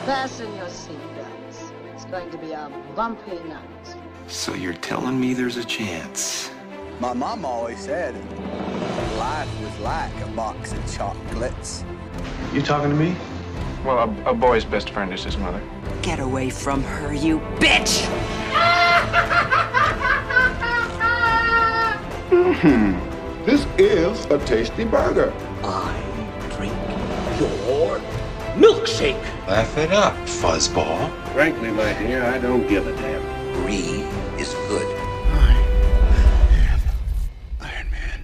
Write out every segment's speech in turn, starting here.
Fasten your seatbelts. It's going to be a bumpy night. So you're telling me there's a chance? My mom always said life was like a box of chocolates. You talking to me? Well, a boy's best friend is his mother. Get away from her, you bitch! This is a tasty burger. I drink your milkshake. Laugh it up, fuzzball. Frankly, my dear, I don't give a damn. Greed is good. I am Iron Man.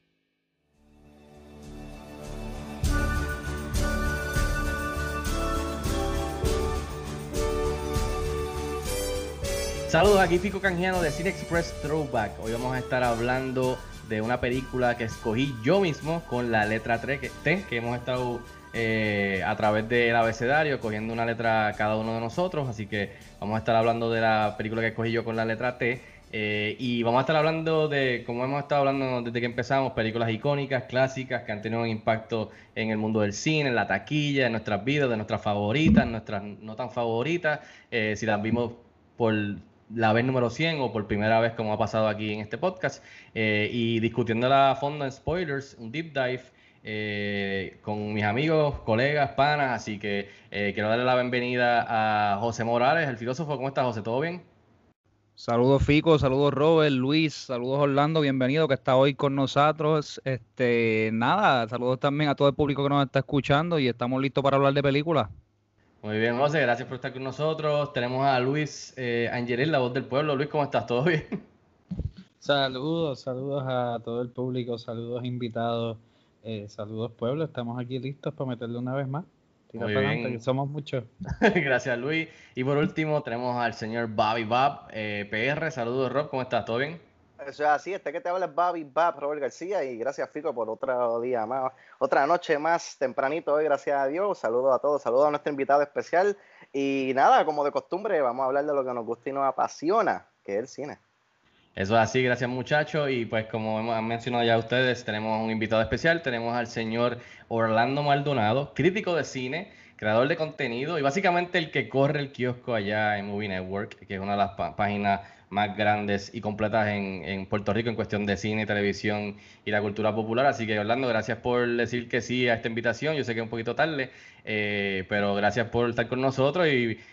Saludos, aquí Fico Canjiano de Cine Express Throwback. Hoy vamos a estar hablando de una película que escogí yo mismo con la letra T, que hemos estado a través del abecedario cogiendo una letra cada uno de nosotros, así que vamos a estar hablando de la película que escogí yo con la letra T, y vamos a estar hablando de, como hemos estado hablando desde que empezamos, películas icónicas, clásicas, que han tenido un impacto en el mundo del cine, en la taquilla, en nuestras vidas, de nuestras favoritas, nuestras no tan favoritas, si las vimos por la vez número 100 o por primera vez, como ha pasado aquí en este podcast, y discutiéndola a fondo en spoilers, un deep dive con mis amigos, colegas, panas. Así que quiero darle la bienvenida a José Morales, el filósofo. ¿Cómo estás, José? ¿Todo bien? Saludos Fico, saludos Robert, Luis, saludos Orlando, bienvenido que está hoy con nosotros. Nada, saludos también a todo el público que nos está escuchando y estamos listos para hablar de películas. Muy bien, José, gracias por estar con nosotros. Tenemos a Luis Angelil, la voz del pueblo. Luis, ¿cómo estás? ¿Todo bien? Saludos a todo el público, saludos invitados, saludos pueblo. Estamos aquí listos para meterle una vez más. Tira Muy para bien. adelante, que somos muchos. Gracias, Luis. Y por último tenemos al señor Bobby Bob, PR. Saludos, Rob, ¿cómo estás? ¿Todo bien? Eso es así, que te habla es Bobby Bab, Robert García, y gracias Fico por otro día más, otra noche más tempranito hoy, gracias a Dios. Saludos a todos, saludos a nuestro invitado especial, y nada, como de costumbre, vamos a hablar de lo que nos gusta y nos apasiona, que es el cine. Eso es así, gracias muchachos. Y pues como han mencionado ya ustedes, tenemos un invitado especial, tenemos al señor Orlando Maldonado, crítico de cine, creador de contenido y básicamente el que corre el kiosco allá en Movie Network, que es una de las páginas más grandes y completas en Puerto Rico en cuestión de cine, televisión y la cultura popular. Así que Orlando, gracias por decir que sí a esta invitación. Yo sé que es un poquito tarde, pero gracias por estar con nosotros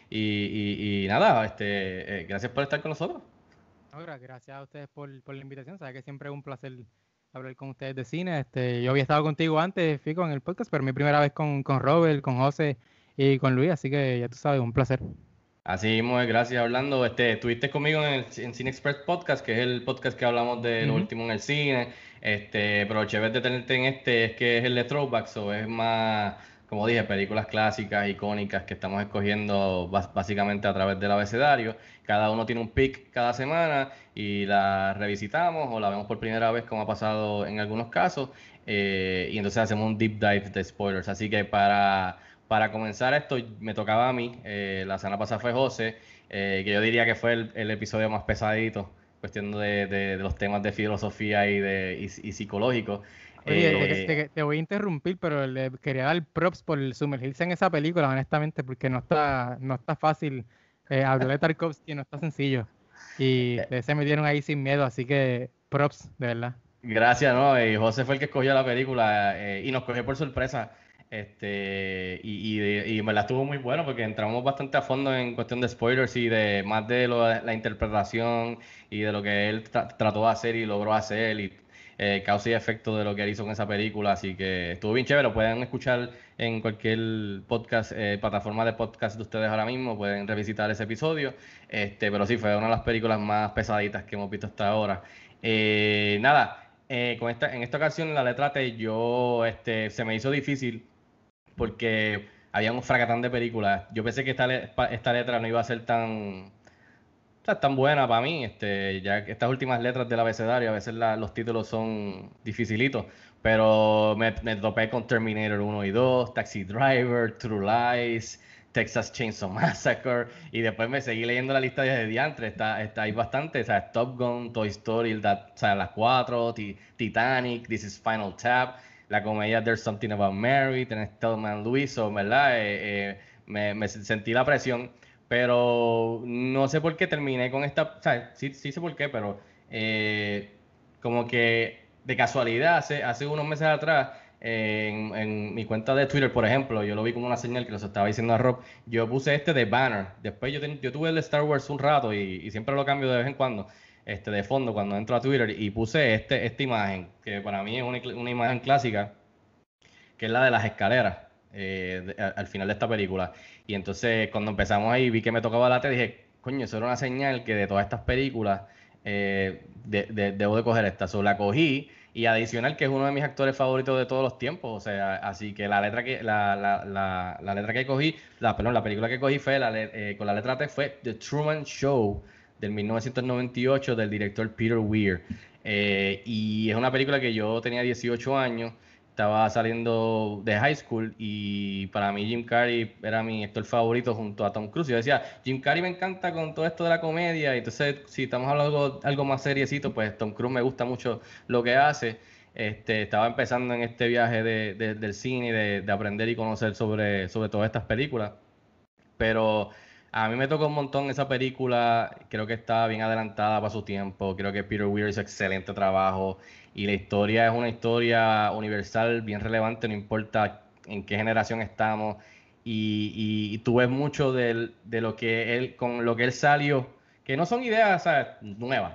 y nada, gracias por estar con nosotros. Gracias a ustedes por la invitación, sabes que siempre es un placer hablar con ustedes de cine. Yo había estado contigo antes, Fico, en el podcast, pero mi primera vez con Robert, con José y con Luis, así que ya tú sabes, un placer. Así mismo, gracias Orlando. Estuviste conmigo en Cine Express Podcast, que es el podcast que hablamos de lo último en el cine. Pero el chévere de tenerte en es que es el de Throwback, o es más, como dije, películas clásicas, icónicas que estamos escogiendo básicamente a través del abecedario. Cada uno tiene un pick cada semana y la revisitamos o la vemos por primera vez, como ha pasado en algunos casos. Y entonces hacemos un deep dive de spoilers. Así que para comenzar esto, me tocaba a mí. La semana pasada fue José, que yo diría que fue el episodio más pesadito, cuestión de los temas de filosofía y psicológico. Oye, te voy a interrumpir, pero le quería dar props por sumergirse en esa película, honestamente, porque no está fácil hablar de Tarkovsky, no está sencillo. Y se metieron ahí sin miedo, así que props, de verdad. Gracias, ¿no? José fue el que escogió la película y nos cogió por sorpresa. Y me la estuvo muy bueno porque entramos bastante a fondo en cuestión de spoilers y de más de la interpretación y de lo que él trató de hacer y logró hacer y causa y efecto de lo que él hizo con esa película. Así que estuvo bien chévere. Lo pueden escuchar en cualquier podcast, plataforma de podcast de ustedes ahora mismo. Pueden revisitar ese episodio. Pero sí, fue una de las películas más pesaditas que hemos visto hasta ahora. Nada, en esta ocasión la letra T se me hizo difícil porque había un fracatán de películas. Yo pensé que esta letra no iba a ser tan buena para mí. Ya que estas últimas letras del abecedario, a veces los títulos son dificilitos, pero me topé con Terminator 1 y 2, Taxi Driver, True Lies, Texas Chainsaw Massacre, y después me seguí leyendo la lista de diantres. Hay bastante, o sea, Top Gun, Toy Story, o sea, las 4, Titanic, This is Final Tap, la comedia There's Something About Mary, tenés Thelma and Louise, ¿verdad? me sentí la presión, pero no sé por qué terminé con esta, o sea, sí sé por qué, pero como que de casualidad, hace unos meses atrás, en mi cuenta de Twitter, por ejemplo, yo lo vi como una señal que nos estaba diciendo a Rob, yo puse de Banner, después yo tuve el de Star Wars un rato y siempre lo cambio de vez en cuando, de fondo cuando entro a Twitter y puse esta imagen, que para mí es una imagen clásica, que es la de las escaleras al final de esta película. Y entonces cuando empezamos ahí vi que me tocaba la T, dije, coño, eso era una señal que de todas estas películas debo de coger esta. So, la cogí y adicional que es uno de mis actores favoritos de todos los tiempos. O sea, así que la letra que la letra que cogí, la película que cogí fue con la letra T fue The Truman Show del 1998 del director Peter Weir. Y es una película que yo tenía 18 años, estaba saliendo de high school y para mí Jim Carrey era mi actor favorito junto a Tom Cruise. Yo decía, Jim Carrey me encanta con todo esto de la comedia, y entonces si estamos hablando algo más seriecito, pues Tom Cruise me gusta mucho lo que hace. Estaba empezando en este viaje del cine, de aprender y conocer sobre todas estas películas. Pero a mí me tocó un montón esa película, creo que está bien adelantada para su tiempo, creo que Peter Weir hizo excelente trabajo y la historia es una historia universal, bien relevante, no importa en qué generación estamos, y tú ves mucho de lo que él, con lo que él salió, que no son ideas, ¿sabes?, nuevas,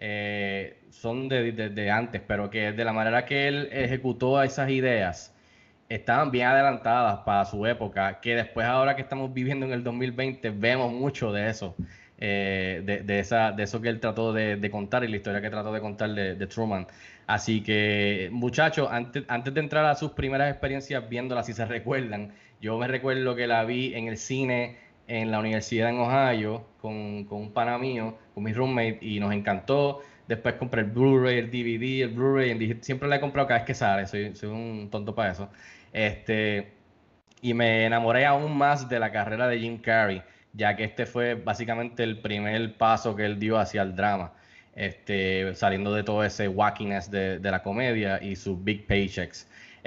son de antes, pero que de la manera que él ejecutó esas ideas, estaban bien adelantadas para su época, que después ahora que estamos viviendo en el 2020 vemos mucho de eso, de eso que él trató de contar y la historia que trató de contar de Truman. Así que, muchachos, antes de entrar a sus primeras experiencias viéndola, si se recuerdan, yo me recuerdo que la vi en el cine en la universidad en Ohio con un pana mío, con mi roommate, y nos encantó. Después compré el Blu-ray, el DVD, el Blu-ray, siempre la he comprado cada vez que sale, soy un tonto para eso. Y me enamoré aún más de la carrera de Jim Carrey, ya que este fue básicamente el primer paso que él dio hacia el drama, saliendo de todo ese wackiness de la comedia y sus big paychecks.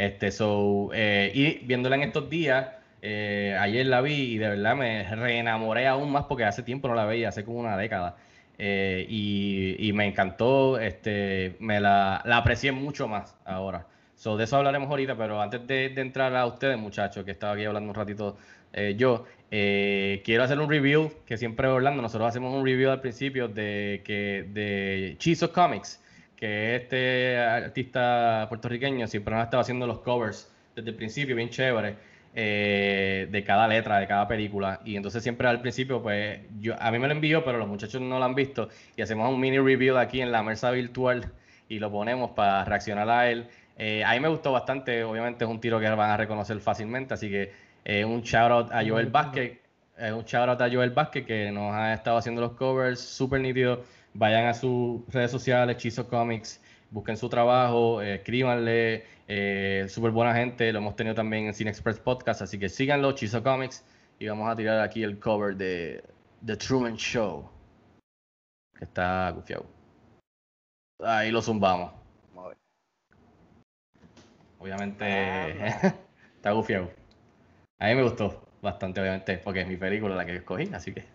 Y viéndola en estos días, ayer la vi y de verdad me reenamoré aún más porque hace tiempo no la veía, hace como una década. Y me encantó, la aprecié mucho más ahora. De eso hablaremos ahorita, pero antes de entrar a ustedes, muchachos, que estaba aquí hablando un ratito quiero hacer un review, que siempre Orlando, nosotros hacemos un review al principio de Chizo Comics, que es este artista puertorriqueño, siempre nos ha estado haciendo los covers desde el principio, bien chévere, de cada letra, de cada película, y entonces siempre al principio, pues, a mí me lo envió, pero los muchachos no lo han visto, y hacemos un mini review aquí en la mesa virtual, y lo ponemos para reaccionar a él. A mí me gustó bastante, obviamente es un tiro que van a reconocer fácilmente, así que un shout out a Joel Vázquez, que nos ha estado haciendo los covers, súper nítido. Vayan a sus redes sociales, Chizo Comics, busquen su trabajo, escríbanle, súper buena gente, lo hemos tenido también en Cine Express Podcast, así que síganlo, Chizo Comics, y vamos a tirar aquí el cover de The Truman Show, que está gufiado. Ahí lo zumbamos. Obviamente está gufiado. A mí me gustó bastante, obviamente, porque es mi película la que escogí, así que...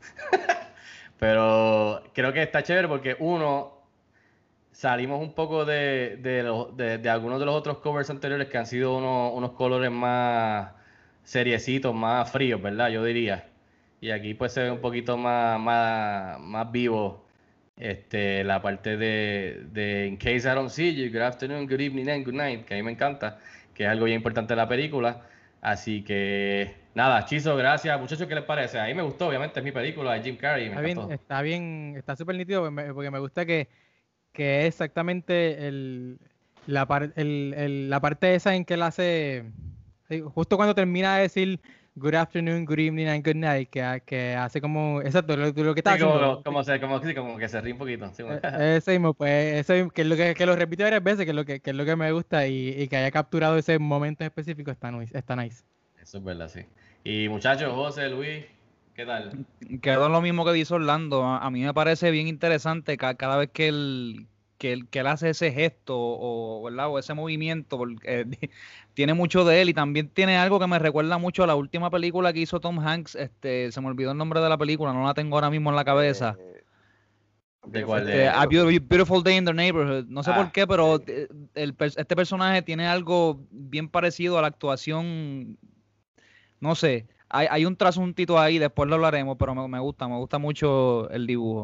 Pero creo que está chévere porque salimos un poco de algunos de los otros covers anteriores que han sido unos colores más seriecitos, más fríos, ¿verdad? Yo diría. Y aquí pues se ve un poquito más vivo la parte de In Case I Don't See You, Good Afternoon, Good Evening and Good Night, que a mí me encanta, que es algo bien importante de la película. Así que nada, Chizo, gracias. Muchachos, ¿qué les parece? A mí me gustó, obviamente es mi película de Jim Carrey. Está bien, está súper nítido porque me gusta que es exactamente la parte esa en que él hace, justo cuando termina de decir Good Afternoon, Good Evening and Good Night, que hace como, exacto, lo que está haciendo. Como que se ríe un poquito. Sí, ese mismo, pues, que lo repite varias veces, que es lo que me gusta, y que haya capturado ese momento específico está nice. Eso es verdad, sí. Y muchachos, José, Luis, ¿qué tal? Quedó lo mismo que dice Orlando. A mí me parece bien interesante cada vez que que él hace ese gesto ¿verdad? O ese movimiento, porque tiene mucho de él y también tiene algo que me recuerda mucho a la última película que hizo Tom Hanks. Se me olvidó el nombre de la película, no la tengo ahora mismo en la cabeza. ¿De cuál? A Beautiful Day in the Neighborhood. No sé por qué, pero este personaje tiene algo bien parecido a la actuación. No sé, hay un trasuntito ahí, después lo hablaremos, pero me gusta mucho el dibujo.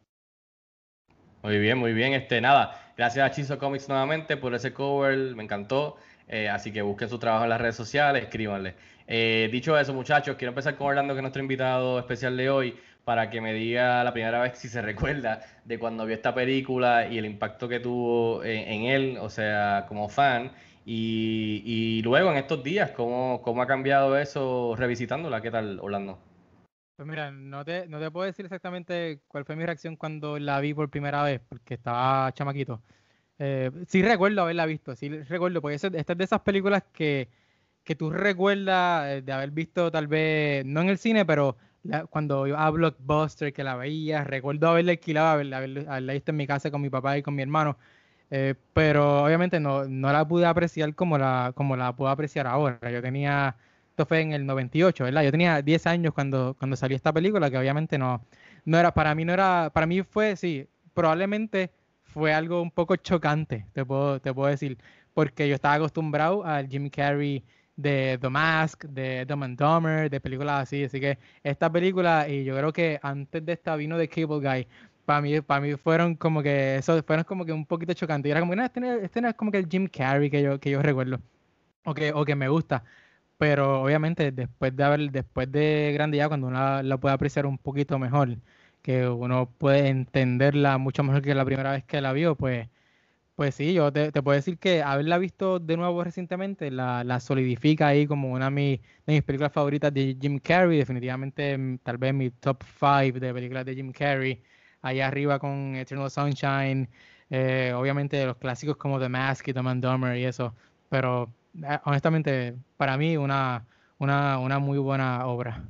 Muy bien, nada, gracias a Chizo Comics nuevamente por ese cover, me encantó, así que busquen su trabajo en las redes sociales, escríbanle. Dicho eso, muchachos, quiero empezar con Orlando, que es nuestro invitado especial de hoy, para que me diga la primera vez si se recuerda de cuando vio esta película y el impacto que tuvo en él, o sea, como fan, y luego en estos días, ¿cómo ha cambiado eso revisitándola? ¿Qué tal, Orlando? Pues mira, no te puedo decir exactamente cuál fue mi reacción cuando la vi por primera vez, porque estaba chamaquito. Sí recuerdo haberla visto, sí recuerdo, porque esta es de esas películas que tú recuerdas de haber visto tal vez, no en el cine, pero cuando iba a Blockbuster, que la veía, recuerdo haberla alquilado, haberla visto en mi casa con mi papá y con mi hermano, pero obviamente no la pude apreciar como la puedo apreciar ahora. Esto fue en el 98, ¿verdad? Yo tenía 10 años cuando salió esta película, que obviamente no era, para mí fue, sí, probablemente fue algo un poco chocante, te puedo decir, porque yo estaba acostumbrado al Jim Carrey de The Mask, de Dumb and Dumber, de películas así que esta película, y yo creo que antes de esta vino de Cable Guy, para mí fueron como que un poquito chocantes, y era como que no, este no es como que el Jim Carrey que yo recuerdo, o que me gusta. Pero obviamente después de grande ya, cuando uno la puede apreciar un poquito mejor, que uno puede entenderla mucho mejor que la primera vez que la vio, pues sí, yo te puedo decir que haberla visto de nuevo recientemente la solidifica ahí como una de mis películas favoritas de Jim Carrey, definitivamente tal vez mi top 5 de películas de Jim Carrey, allá arriba con Eternal Sunshine, obviamente los clásicos como The Mask y Dumb and Dumber y eso, pero honestamente, para mí, una muy buena obra.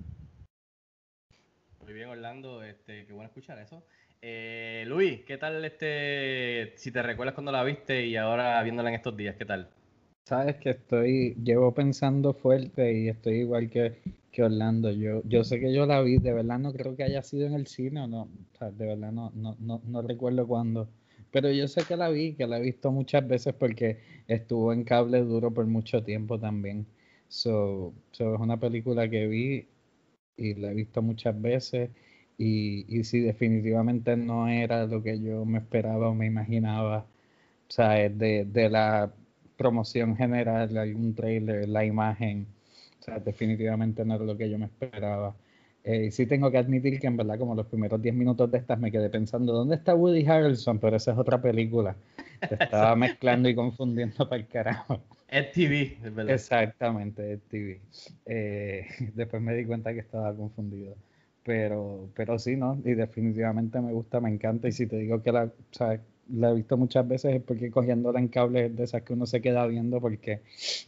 Muy bien, Orlando, qué bueno escuchar eso. Luis, ¿qué tal si te recuerdas cuando la viste y ahora viéndola en estos días, qué tal? Sabes que llevo pensando fuerte y estoy igual que Orlando. Yo sé que yo la vi, de verdad no creo que haya sido en el cine o no, o sea, de verdad no recuerdo cuándo. Pero yo sé que que la he visto muchas veces porque estuvo en cable duro por mucho tiempo también. So es una película que vi y la he visto muchas veces y sí, definitivamente no era lo que yo me esperaba o me imaginaba. O sea, de la promoción general, algún trailer, la imagen, o sea, definitivamente no era lo que yo me esperaba. Y sí tengo que admitir que en verdad como los primeros 10 minutos de estas me quedé pensando, ¿dónde está Woody Harrelson? Pero esa es otra película. Te estaba mezclando y confundiendo para el carajo. Es TV, es verdad. Exactamente, es TV. Después me di cuenta que estaba confundido. Pero sí, ¿no? Y definitivamente me gusta, me encanta. Y si te digo que la he visto muchas veces es porque cogiéndola en cable es de esas que uno se queda viendo porque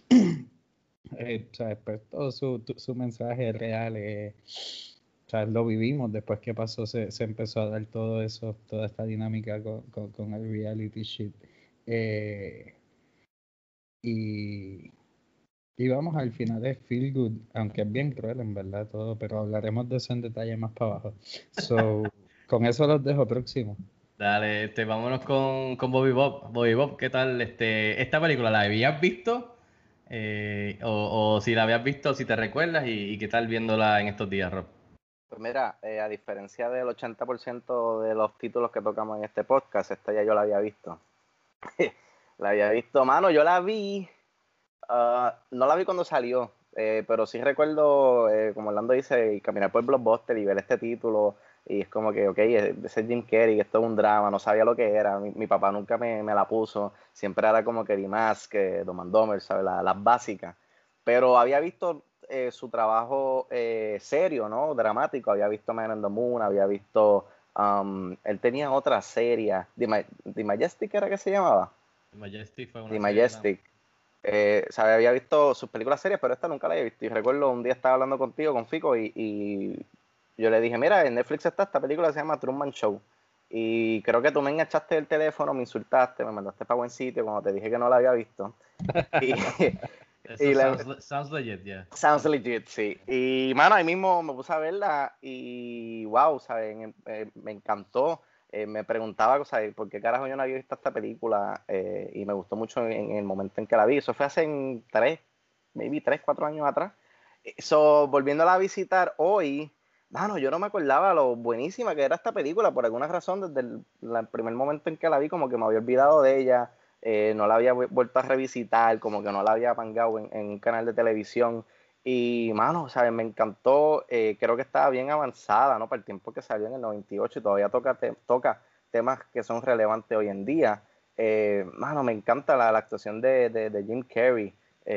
pues todo su mensaje real, lo vivimos después que pasó, se empezó a dar todo eso, toda esta dinámica con el reality shit. Y vamos, al final es feel good, aunque es bien cruel en verdad todo, pero hablaremos de eso en detalle más para abajo. Con eso los dejo próximo. Dale, vámonos con Bobby Bob. Bobby Bob, ¿qué tal? ¿Esta película la habías visto? O si la habías visto, si te recuerdas, y qué tal viéndola en estos días, Rob. Pues mira, a diferencia del 80% de los títulos que tocamos en este podcast, esta ya yo la había visto. La había visto, mano, yo la vi, no la vi cuando salió, pero sí recuerdo, como Orlando dice, caminar por Blockbuster y ver este título, y es como que, ok, ese es Jim Carrey, esto es un drama, no sabía lo que era, mi papá nunca me la puso, siempre era como que The Mask, Dumb and Dumber, ¿sabes? Las básicas, pero había visto su trabajo serio, ¿no? Dramático, había visto Man in the Moon, había visto, él tenía otra serie, The Majestic era que se llamaba. The Majestic fue una The Majestic. Había visto sus películas serias, pero esta nunca la había visto. Y recuerdo un día estaba hablando contigo, con Fico, y yo le dije, mira, en Netflix está esta película que se llama Truman Show. y creo que tú me enganchaste el teléfono, me insultaste, me mandaste para buen sitio cuando te dije que no la había visto. Y, sounds legit, yeah. Sounds legit, sí. Y, mano, ahí mismo me puse a verla y, wow, ¿sabes? Me encantó. Me preguntaba, ¿sabes? ¿Por qué carajo yo no había visto esta película? Y me gustó mucho en el momento en que la vi. Eso fue hace 4 años atrás. Volviéndola a visitar hoy, mano, yo no me acordaba lo buenísima que era esta película. Por alguna razón, desde el primer momento en que la vi, como que me había olvidado de ella. No la había vuelto a revisitar, como que no la había pangado en un canal de televisión. Y, mano, ¿sabes? Me encantó. Creo que estaba bien avanzada, ¿no? Para el tiempo que salió en el 98 y todavía toca temas que son relevantes hoy en día. Mano, me encanta la actuación de Jim Carrey.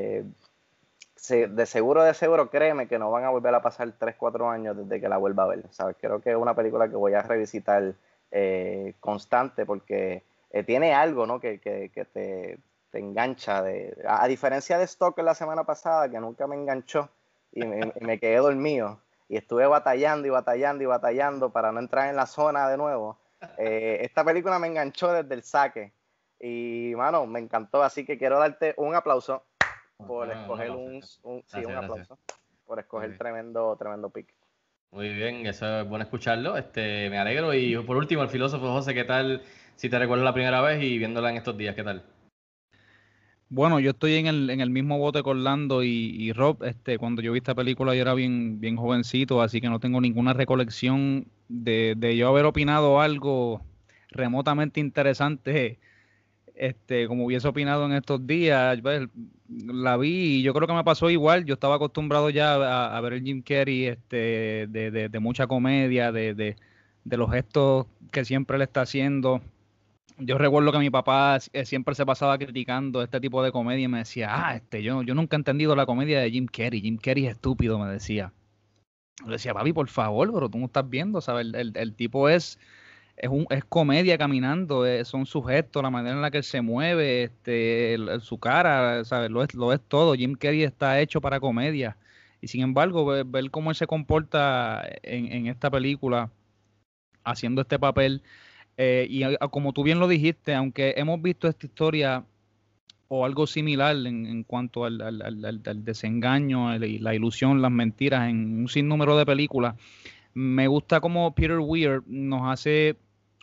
De seguro, créeme que no van a volver a pasar 3-4 años desde que la vuelva a ver, ¿sabes? Creo que es una película que voy a revisitar constante porque tiene algo, ¿no? que te engancha. A diferencia de Stalker la semana pasada, que nunca me enganchó y me quedé dormido y estuve batallando para no entrar en la zona de nuevo. Esta película me enganchó desde el saque y, mano, me encantó, así que quiero darte un aplauso por escoger un aplauso por escoger tremendo pick. Muy bien, eso es bueno escucharlo, me alegro. Y por último, el filósofo José, ¿qué tal si te recuerdas la primera vez y viéndola en estos días? ¿Qué tal? Bueno, yo estoy en el mismo bote con Orlando y Rob. Cuando yo vi esta película yo era bien jovencito, así que no tengo ninguna recolección de yo haber opinado algo remotamente interesante, como hubiese opinado en estos días. Pues, la vi y yo creo que me pasó igual. Yo estaba acostumbrado ya a ver el Jim Carrey, de mucha comedia, de los gestos que siempre le está haciendo. Yo recuerdo que mi papá siempre se pasaba criticando este tipo de comedia y me decía, yo nunca he entendido la comedia de Jim Carrey. Jim Carrey es estúpido, me decía. Le decía, papi, por favor, pero tú no estás viendo, ¿sabes? El tipo es comedia caminando, son sus gestos, la manera en la que él se mueve, su cara, ¿sabes? Lo es todo. Jim Carrey está hecho para comedia. Y sin embargo, ver cómo él se comporta en esta película, haciendo este papel. Como tú bien lo dijiste, aunque hemos visto esta historia o algo similar en cuanto al desengaño, la ilusión, las mentiras en un sinnúmero de películas, me gusta como Peter Weir nos hace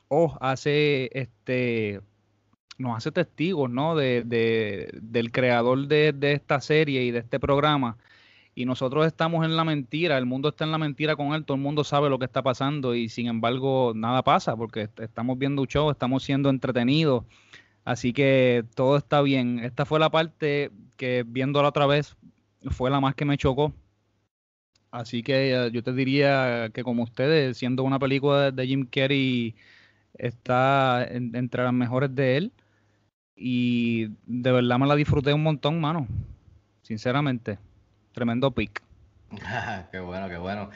testigos, ¿no? del creador de esta serie y de este programa. Y nosotros estamos en la mentira, el mundo está en la mentira con él, todo el mundo sabe lo que está pasando y sin embargo nada pasa porque estamos viendo un show, estamos siendo entretenidos, así que todo está bien. Esta fue la parte que viéndola otra vez fue la más que me chocó, así que yo te diría que como ustedes, siendo una película de Jim Carrey, está entre las mejores de él y de verdad me la disfruté un montón, mano, sinceramente. Tremendo pick. Qué bueno, qué bueno.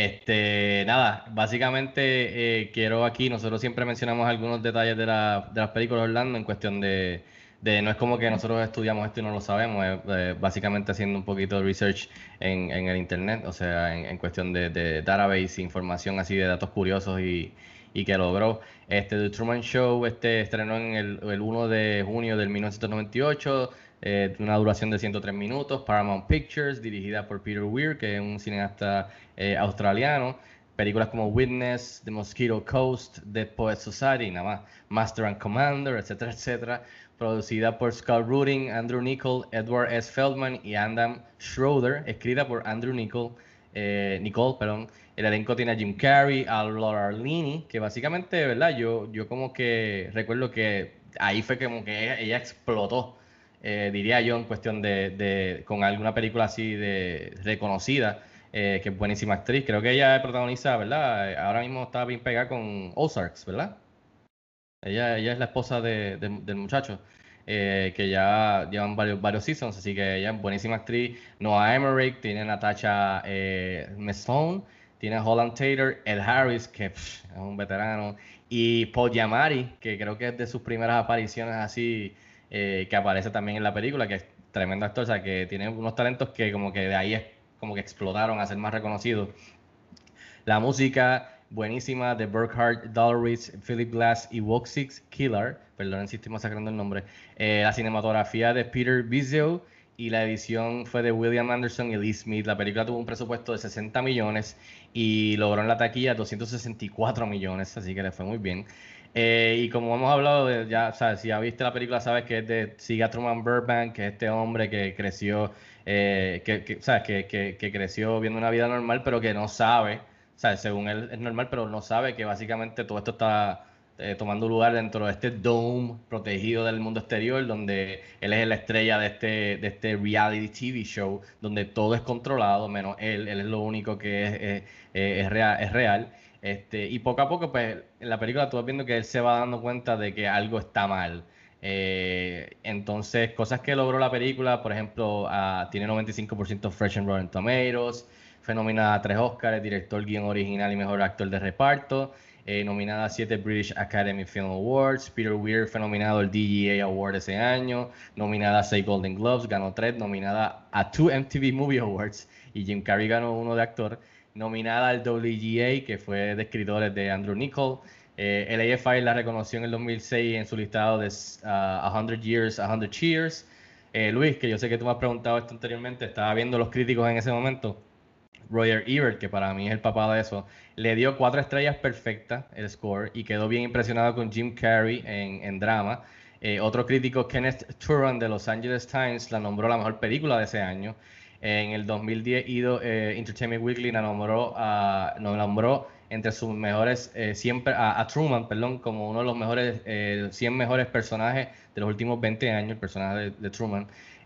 Nada, básicamente quiero aquí, nosotros siempre mencionamos algunos detalles de las películas de Orlando en cuestión de no es como que nosotros estudiamos esto y no lo sabemos, básicamente haciendo un poquito de research en el internet, o sea, en cuestión de database, información así de datos curiosos y que logró. The Truman Show estrenó en el 1 de junio del 1998, una duración de 103 minutos, Paramount Pictures, dirigida por Peter Weir, que es un cineasta australiano. Películas como Witness, The Mosquito Coast, Dead Poets Society, nada más, Master and Commander, etcétera, etcétera. Producida por Scott Rudin, Andrew Niccol, Edward S. Feldman y Adam Schroeder. Escrita por Andrew Niccol. El elenco tiene a Jim Carrey, a Laura Linney, que básicamente, ¿verdad? Yo como que recuerdo que ahí fue como que ella explotó, diría yo, en cuestión con alguna película así de reconocida, que es buenísima actriz. Creo que ella protagoniza, ¿verdad? Ahora mismo está bien pegada con Ozarks, ¿verdad? Ella es la esposa del muchacho, que ya llevan varios seasons, así que ella es buenísima actriz. Noah Emmerich, tiene a Natasha Messone, tiene a Holland Taylor, Ed Harris, que es un veterano, y Paul Giamatti, que creo que es de sus primeras apariciones así, que aparece también en la película, que es tremendo actor, o sea, que tiene unos talentos que como que de ahí es como que explotaron a ser más reconocidos. La música buenísima, de Burkhard Dalrymple, Philip Glass y Woxix Killar, perdón si estoy masacrando el nombre, la cinematografía de Peter Vizio y la edición fue de William Anderson y Lee Smith. La película tuvo un presupuesto de 60 millones y logró en la taquilla 264 millones, así que le fue muy bien. Y como hemos hablado, ya sabes, si ya viste la película, sabes que es de Siga Truman Burbank, que es este hombre que creció, ¿sabes? Que creció viendo una vida normal, pero que no sabe, ¿sabes? Según él es normal, pero no sabe que básicamente todo esto está tomando lugar dentro de este dome protegido del mundo exterior, donde él es la estrella de este reality TV show, donde todo es controlado, menos él es lo único que es real. Y poco a poco, pues, en la película tú vas viendo que él se va dando cuenta de que algo está mal. Entonces, cosas que logró la película, por ejemplo, tiene 95% Fresh and Rotten Tomatoes, fue nominada a 3 Oscars, director, guión original y mejor actor de reparto, nominada a 7 British Academy Film Awards. Peter Weir fue nominado al DGA Award ese año, nominada a 6 Golden Globes, ganó 3, nominada a 2 MTV Movie Awards, y Jim Carrey ganó 1 de actor. Nominada al WGA, que fue de escritores de Andrew Niccol. El AFI la reconoció en el 2006 en su listado de 100 Years, 100 Cheers. Luis, que yo sé que tú me has preguntado esto anteriormente, estaba viendo los críticos en ese momento. Roger Ebert, que para mí es el papá de eso, le dio 4 estrellas perfectas el score y quedó bien impresionado con Jim Carrey en drama. Otro crítico, Kenneth Turan de Los Angeles Times, la nombró la mejor película de ese año. En el 2010, Entertainment Weekly la nombró entre sus mejores, siempre a Truman, perdón, como uno de los mejores, 100 mejores personajes de los últimos 20 años, el personaje de Truman.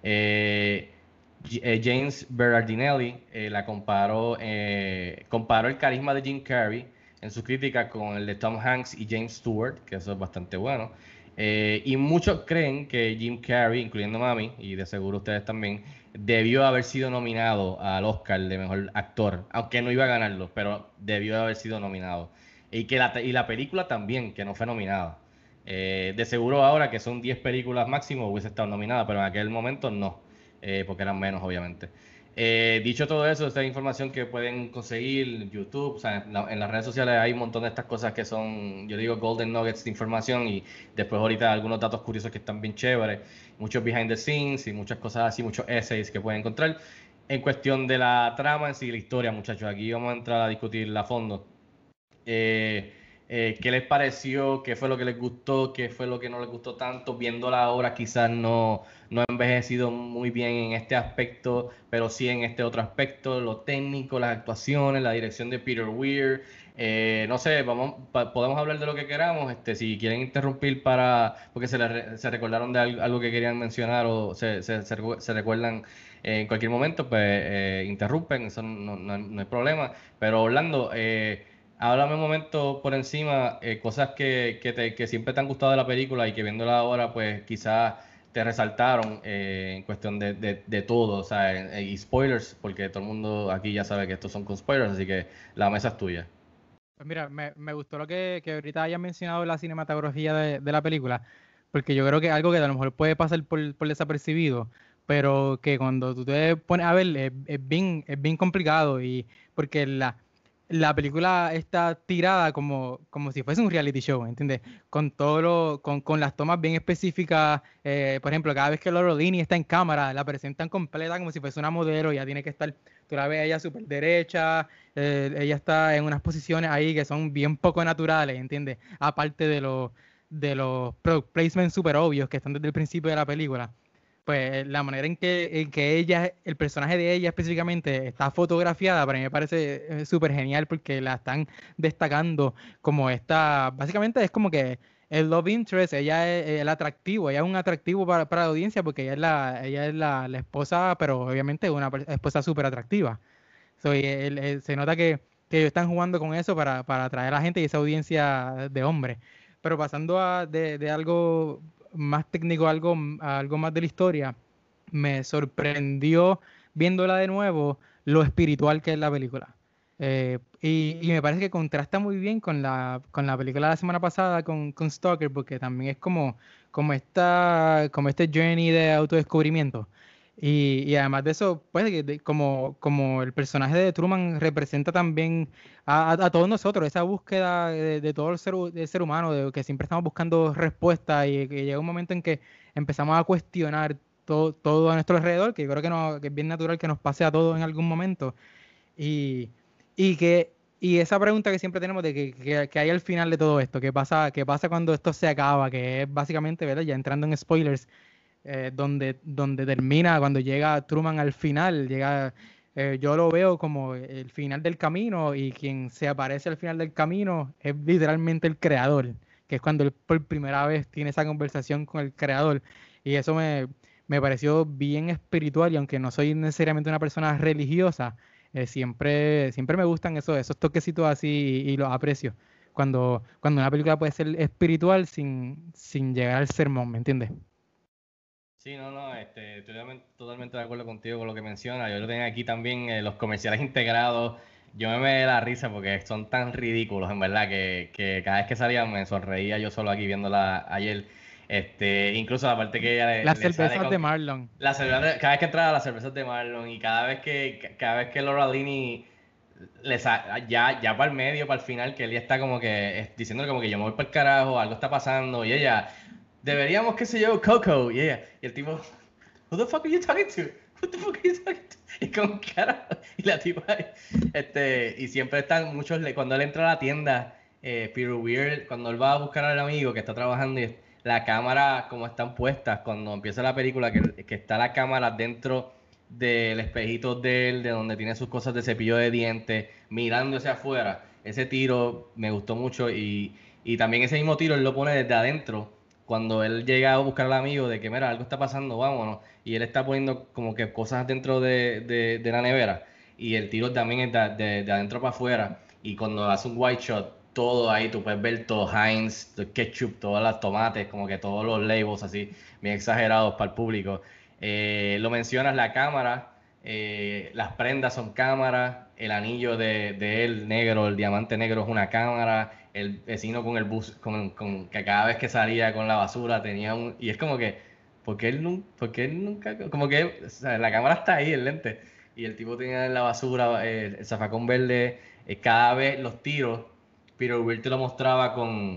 James Berardinelli comparó el carisma de Jim Carrey en su crítica con el de Tom Hanks y James Stewart, que eso es bastante bueno. Y muchos creen que Jim Carrey, incluyendo Mami, y de seguro ustedes también, debió haber sido nominado al Oscar de Mejor Actor, aunque no iba a ganarlo, pero debió haber sido nominado. Y la película también, que no fue nominada. De seguro ahora, que son 10 películas máximo, hubiese estado nominada, pero en aquel momento no, porque eran menos, obviamente. Dicho todo eso, esta es información que pueden conseguir en YouTube, o sea, en las redes sociales hay un montón de estas cosas que son, yo digo, golden nuggets de información, y después ahorita algunos datos curiosos que están bien chéveres, muchos behind the scenes y muchas cosas así, muchos essays que pueden encontrar. En cuestión de la trama en sí, la historia, muchachos, aquí vamos a entrar a discutirla a fondo. ¿Qué les pareció? ¿Qué fue lo que les gustó? ¿Qué fue lo que no les gustó tanto? Viéndola ahora quizás no ha envejecido muy bien en este aspecto, pero sí en este otro aspecto, lo técnico, las actuaciones, la dirección de Peter Weir. No sé, podemos hablar de lo que queramos. Si quieren interrumpir porque se recordaron de algo que querían mencionar o se recuerdan en cualquier momento, pues interrumpen, eso no hay problema. Pero Orlando, háblame un momento por encima, cosas que siempre te han gustado de la película y que viéndola ahora, pues quizás te resaltaron en cuestión de todo, o sea, y spoilers, porque todo el mundo aquí ya sabe que estos son con spoilers, así que la mesa es tuya. Pues mira, me gustó lo que ahorita hayas mencionado la cinematografía de la película, porque yo creo que es algo que a lo mejor puede pasar por desapercibido, pero que cuando tú te pones a ver es bien complicado, y porque la película está tirada como si fuese un reality show, ¿entiendes? Con con las tomas bien específicas. Por ejemplo, cada vez que Laura Linney está en cámara, la presentan completa como si fuese una modelo. Ella tiene que estar, tú la ves a ella súper derecha, ella está en unas posiciones ahí que son bien poco naturales, ¿entiendes? Aparte de los product placements súper obvios que están desde el principio de la película. Pues la manera en que ella, el personaje de ella específicamente está fotografiada, para mí me parece súper genial, porque la están destacando como esta, básicamente es como que el love interest, ella es el atractivo, ella es un atractivo para la audiencia, porque ella es la esposa, pero obviamente una esposa súper atractiva. Se nota que ellos están jugando con eso para atraer a la gente y esa audiencia de hombres. Pero pasando de algo más técnico, algo más de la historia, me sorprendió viéndola de nuevo lo espiritual que es la película. Y me parece que contrasta muy bien con la película de la semana pasada, con Stalker, porque también es como este journey de autodescubrimiento. Y además de eso, pues como el personaje de Truman representa también a todos nosotros, esa búsqueda de todo el ser humano, de que siempre estamos buscando respuestas y que llega un momento en que empezamos a cuestionar todo a nuestro alrededor, que yo creo que es bien natural que nos pase a todos en algún momento. Y esa pregunta que siempre tenemos de que hay al final de todo esto, qué pasa cuando esto se acaba, que es básicamente, ¿verdad? Ya entrando en spoilers, donde termina, cuando llega Truman al final, yo lo veo como el final del camino, y quien se aparece al final del camino es literalmente el creador, que es cuando él por primera vez tiene esa conversación con el creador, y eso me pareció bien espiritual, y aunque no soy necesariamente una persona religiosa, siempre me gustan esos toquecitos así, y los aprecio cuando una película puede ser espiritual sin llegar al sermón, ¿me entiendes? Sí, estoy totalmente de acuerdo contigo con lo que mencionas. Yo lo tengo aquí también, los comerciales integrados. Yo me da la risa porque son tan ridículos, en verdad, que cada vez que salían me sonreía yo solo aquí viéndola ayer. Incluso la parte que ella las cervezas de Marlon. Cada vez que entraba las cervezas de Marlon, y cada vez que Laura Linney ya para el medio, para el final, que él ya está como que diciéndole como que yo me voy para el carajo, algo está pasando, y ella, deberíamos, qué sé yo, Coco, y el tipo, who the fuck are you talking to? What the fuck are you talking to? Y como carajo, y la tipa, y siempre están muchos, cuando él entra a la tienda, Peter Weir, cuando él va a buscar al amigo que está trabajando, y la cámara como están puestas, cuando empieza la película, que está la cámara dentro del espejito de él, de donde tiene sus cosas de cepillo de dientes, mirando hacia afuera, ese tiro me gustó mucho, y también ese mismo tiro él lo pone desde adentro, cuando él llega a buscar al amigo de que, mira, algo está pasando, vámonos, y él está poniendo como que cosas dentro de la nevera, y el tiro también es de adentro para afuera, y cuando hace un wide shot, todo ahí, tú puedes ver todo Heinz, el ketchup, todas las tomates, como que todos los labels así, bien exagerados para el público. Lo mencionas, la cámara, las prendas son cámaras, el anillo de él negro, el diamante negro es una cámara, el vecino con el bus, con que cada vez que salía con la basura tenía y es como que, ¿por qué él nunca, como que, o sea, la cámara está ahí, el lente, y el tipo tenía en la basura el zafacón verde, cada vez los tiros, Peter Weir te lo mostraba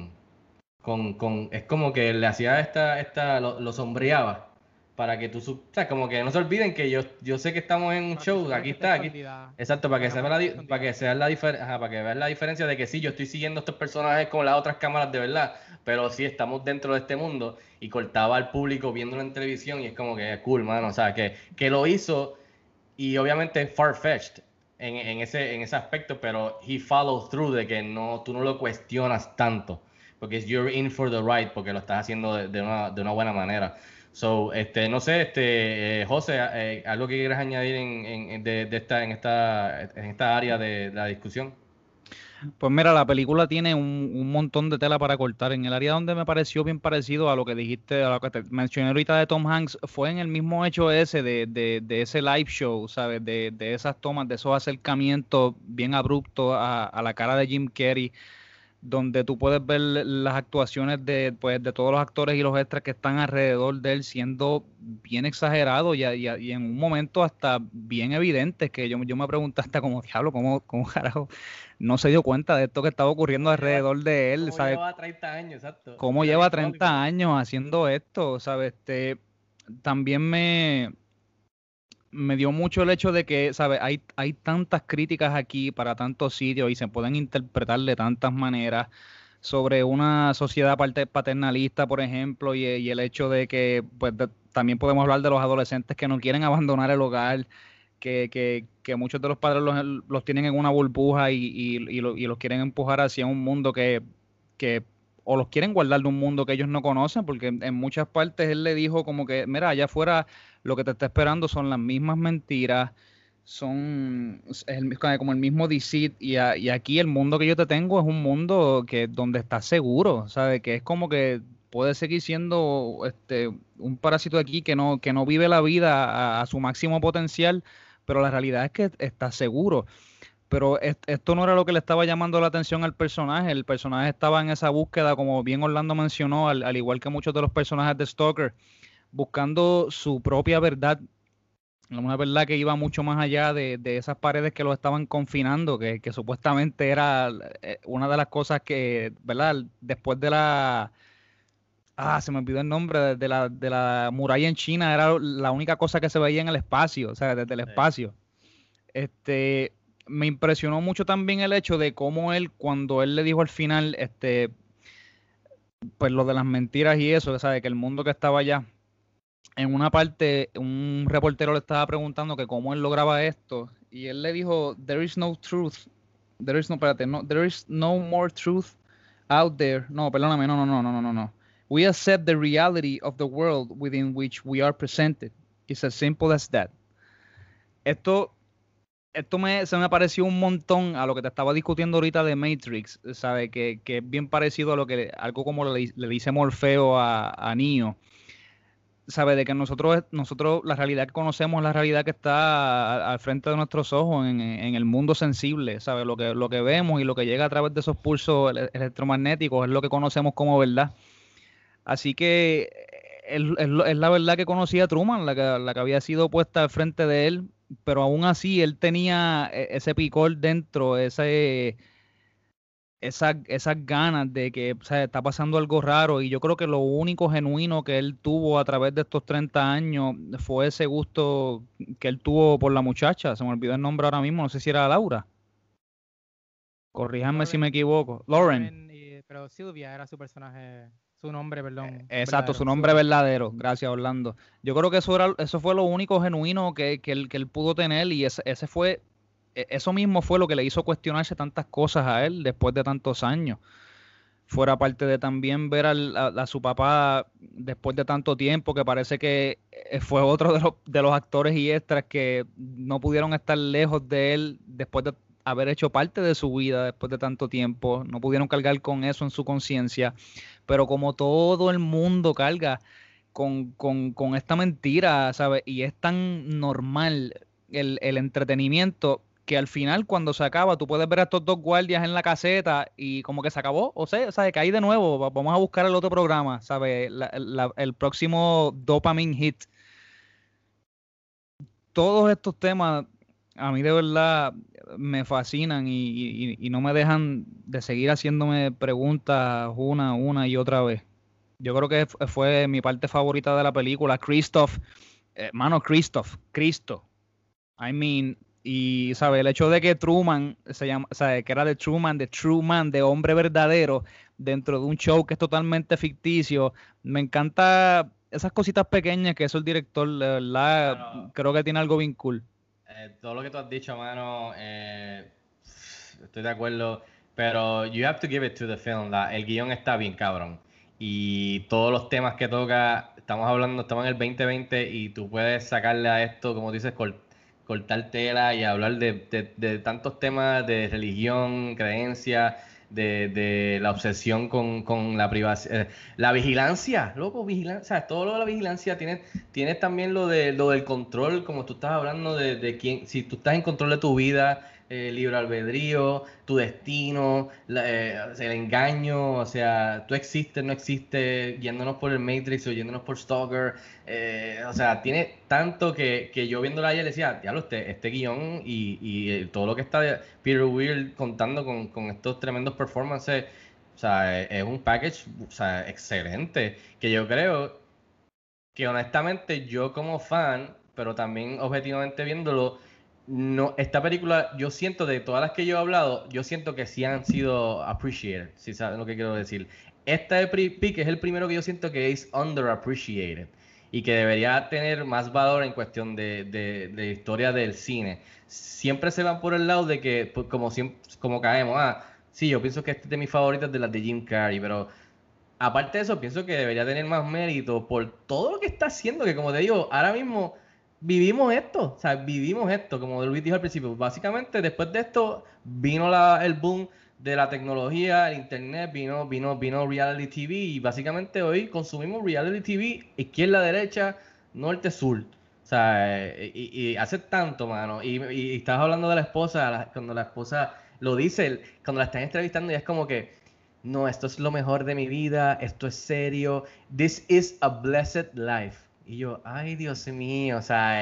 es como que le hacía lo sombreaba, para que tú, o sea, como que no se olviden que yo sé que estamos en un show, aquí está, exacto, para que vean la diferencia de que sí, yo estoy siguiendo estos personajes con las otras cámaras de verdad, pero sí estamos dentro de este mundo, y cortaba al público viéndolo en televisión, y es como que cool, mano, o sea, que lo hizo, y obviamente far-fetched en ese aspecto, pero he followed through, de que tú no lo cuestionas tanto, porque you're in for the ride, porque lo estás haciendo de una buena manera. So, no sé, José, algo que quieras añadir en esta área de la discusión. Pues mira, la película tiene un montón de tela para cortar. En el área donde me pareció bien parecido a lo que dijiste, a lo que te mencioné ahorita de Tom Hanks, fue en el mismo hecho ese de ese live show, ¿sabes? De esas tomas, de esos acercamientos bien abruptos a la cara de Jim Carrey, donde tú puedes ver las actuaciones de todos los actores y los extras que están alrededor de él siendo bien exagerados y en un momento hasta bien evidentes, que yo me pregunté hasta como, diablo, ¿cómo carajo no se dio cuenta de esto que estaba ocurriendo alrededor de él? ¿Cómo ¿sabes? lleva 30 años, exacto? ¿Cómo lleva 30 años haciendo esto? ¿Sabes? También me dio mucho el hecho de que, ¿sabes? Hay tantas críticas aquí para tantos sitios y se pueden interpretar de tantas maneras sobre una sociedad paternalista, por ejemplo, y el hecho de que pues también podemos hablar de los adolescentes que no quieren abandonar el hogar, que muchos de los padres los tienen en una burbuja y los quieren empujar hacia un mundo que o los quieren guardar de un mundo que ellos no conocen, porque en muchas partes él le dijo como que, mira, allá afuera lo que te está esperando son las mismas mentiras, como el mismo deceit, y aquí el mundo que yo te tengo es un mundo donde estás seguro, ¿sabes? Que es como que puede seguir siendo un parásito aquí que no vive la vida a su máximo potencial, pero la realidad es que está seguro. Pero esto no era lo que le estaba llamando la atención al personaje. El personaje estaba en esa búsqueda, como bien Orlando mencionó, al igual que muchos de los personajes de Stalker, buscando su propia verdad Una verdad que iba mucho más allá de esas paredes que lo estaban confinando, que supuestamente era una de las cosas que, ¿verdad? Después de la... se me olvidó el nombre, de la muralla en China, era la única cosa que se veía en el espacio, o sea, desde el espacio. Me impresionó mucho también el hecho de cómo él, cuando él le dijo al final, pues lo de las mentiras y eso, ¿sabes? Que el mundo que estaba allá, en una parte, un reportero le estaba preguntando que cómo él lograba esto, y él le dijo, there is no truth, there is no more truth out there. No, perdóname, no. We accept the reality of the world within which we are presented. It's as simple as that. Esto se me pareció un montón a lo que te estaba discutiendo ahorita de Matrix, ¿sabes? Que es bien parecido a algo como le dice Morfeo a Neo. ¿Sabe? De que nosotros la realidad que conocemos es la realidad que está al frente de nuestros ojos en el mundo sensible, ¿sabe? Lo que vemos y lo que llega a través de esos pulsos electromagnéticos es lo que conocemos como verdad. Así que es la verdad que conocía Truman, la que había sido puesta al frente de él, pero aún así él tenía ese picor dentro, esas ganas de que, o sea, está pasando algo raro, y yo creo que lo único genuino que él tuvo a través de estos 30 años fue ese gusto que él tuvo por la muchacha. Se me olvidó el nombre ahora mismo, no sé si era Laura. Corríjanme si me equivoco. Lauren. Pero Sylvia era su personaje, su nombre, perdón. Exacto, su nombre verdadero. Gracias, Orlando. Yo creo que eso fue lo único genuino que él pudo tener, y eso mismo fue lo que le hizo cuestionarse tantas cosas a él después de tantos años. Fuera parte de también ver a su papá después de tanto tiempo, que parece que fue otro de los actores y extras que no pudieron estar lejos de él después de haber hecho parte de su vida después de tanto tiempo. No pudieron cargar con eso en su conciencia. Pero como todo el mundo carga con esta mentira, ¿sabes? Y es tan normal el entretenimiento, que al final, cuando se acaba, tú puedes ver a estos dos guardias en la caseta y como que se acabó, o sea, que ahí de nuevo, vamos a buscar el otro programa, ¿sabes? El próximo dopamine hit. Todos estos temas a mí de verdad me fascinan y no me dejan de seguir haciéndome preguntas una y otra vez. Yo creo que fue mi parte favorita de la película. Cristo. I mean... Y, ¿sabe? El hecho de que Truman se llama, ¿sabe? Que era de Truman, de hombre verdadero, dentro de un show que es totalmente ficticio. Me encanta esas cositas pequeñas que eso el director, de verdad, creo que tiene algo bien cool. Todo lo que tú has dicho, mano, estoy de acuerdo, pero you have to give it to the film. El guión está bien cabrón. Y todos los temas que toca, estamos en el 2020 y tú puedes sacarle a esto, como dices, cortar tela y hablar de tantos temas de religión, creencia, de la obsesión con la privacidad, la vigilancia, loco, vigilancia, o sea, todo lo de la vigilancia, tienes también lo del control, como tú estás hablando de quién, si tú estás en control de tu vida, libre albedrío, tu destino, el engaño, o sea, tú existes, no existes, yéndonos por el Matrix o yéndonos por Stalker, o sea, tiene tanto que yo viéndola ayer decía, diablo, este guión y todo lo que está de Peter Weir contando con estos tremendos performances, o sea, es un package, o sea, excelente, que yo creo que honestamente yo como fan, pero también objetivamente viéndolo, no, esta película, yo siento de todas las que yo he hablado, yo siento que sí han sido appreciated, si saben lo que quiero decir. Este de Peak es el primero que yo siento que es underappreciated y que debería tener más valor en cuestión de historia del cine. Siempre se van por el lado de que, pues, como caemos, sí, yo pienso que este es de mis favoritas de las de Jim Carrey, pero aparte de eso, pienso que debería tener más mérito por todo lo que está haciendo, que como te digo, ahora mismo vivimos esto, o sea, como Luis dijo al principio. Básicamente, después de esto, vino el boom de la tecnología, el internet, vino reality TV, y básicamente hoy consumimos reality TV, izquierda, derecha, norte, sur. O sea, y hace tanto, mano. Y estabas hablando de la esposa, cuando la esposa lo dice, cuando la están entrevistando, y es como que, no, esto es lo mejor de mi vida, esto es serio, this is a blessed life. Y yo, ay, Dios mío, o sea,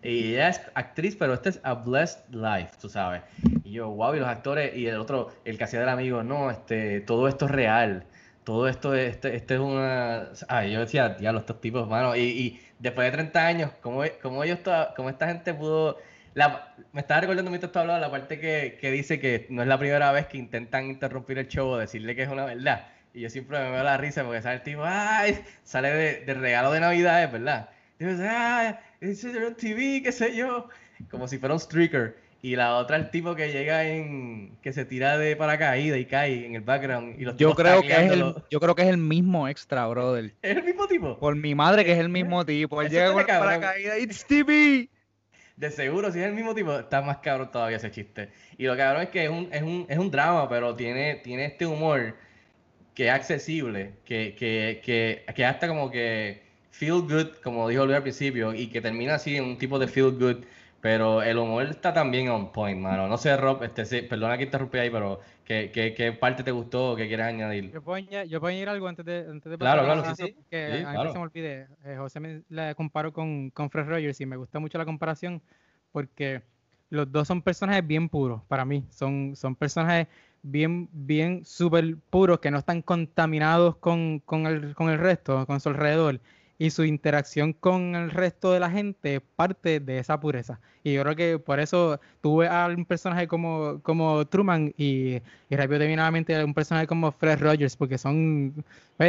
Y ella es actriz, pero este es A Blessed Life, tú sabes. Y yo, wow, y los actores, y el otro, el que hacía del amigo, no, todo esto es real. Todo esto, este es una... Ay, yo decía, diablo, estos tipos, mano. Y después de 30 años, ¿cómo esta gente pudo... me estaba recordando mientras tú hablabas la parte que dice que no es la primera vez que intentan interrumpir el show o decirle que es una verdad. Y yo siempre me veo la risa porque sale el tipo, ¡ay! Sale de regalo de Navidad, es verdad. Y yo dice, ¡ay! Es en TV, qué sé yo. Como si fuera un streaker. Y la otra, el tipo que llega que se tira de paracaídas y cae en el background. Y los yo tipos creo tacleándolo. yo creo que es el mismo extra, brother. ¿Es el mismo tipo? Por mi madre que es el mismo tipo. Él Eso llega está con el cabrón. paracaídas, ¡it's TV! De seguro, si es el mismo tipo, está más cabrón todavía ese chiste. Y lo cabrón es que es un drama, pero tiene este humor que es accesible, que hasta como que feel good, como dijo Luis al principio, y que termina así en un tipo de feel good, pero el humor está también on point, mano. No sé, Rob, perdona que interrumpí ahí, pero ¿qué parte te gustó o qué quieres añadir? Yo puedo añadir algo antes de Claro, pasar claro, a sí, eso, sí. que Sí, a mí claro. se me olvide. José me la comparó con Fred Rogers y me gusta mucho la comparación porque los dos son personajes bien puros para mí. Son personajes bien súper puros que no están contaminados con el resto, con su alrededor. Y su interacción con el resto de la gente parte de esa pureza. Y yo creo que por eso tuve a un personaje como Truman y rápido te viene a la mente un personaje como Fred Rogers, porque no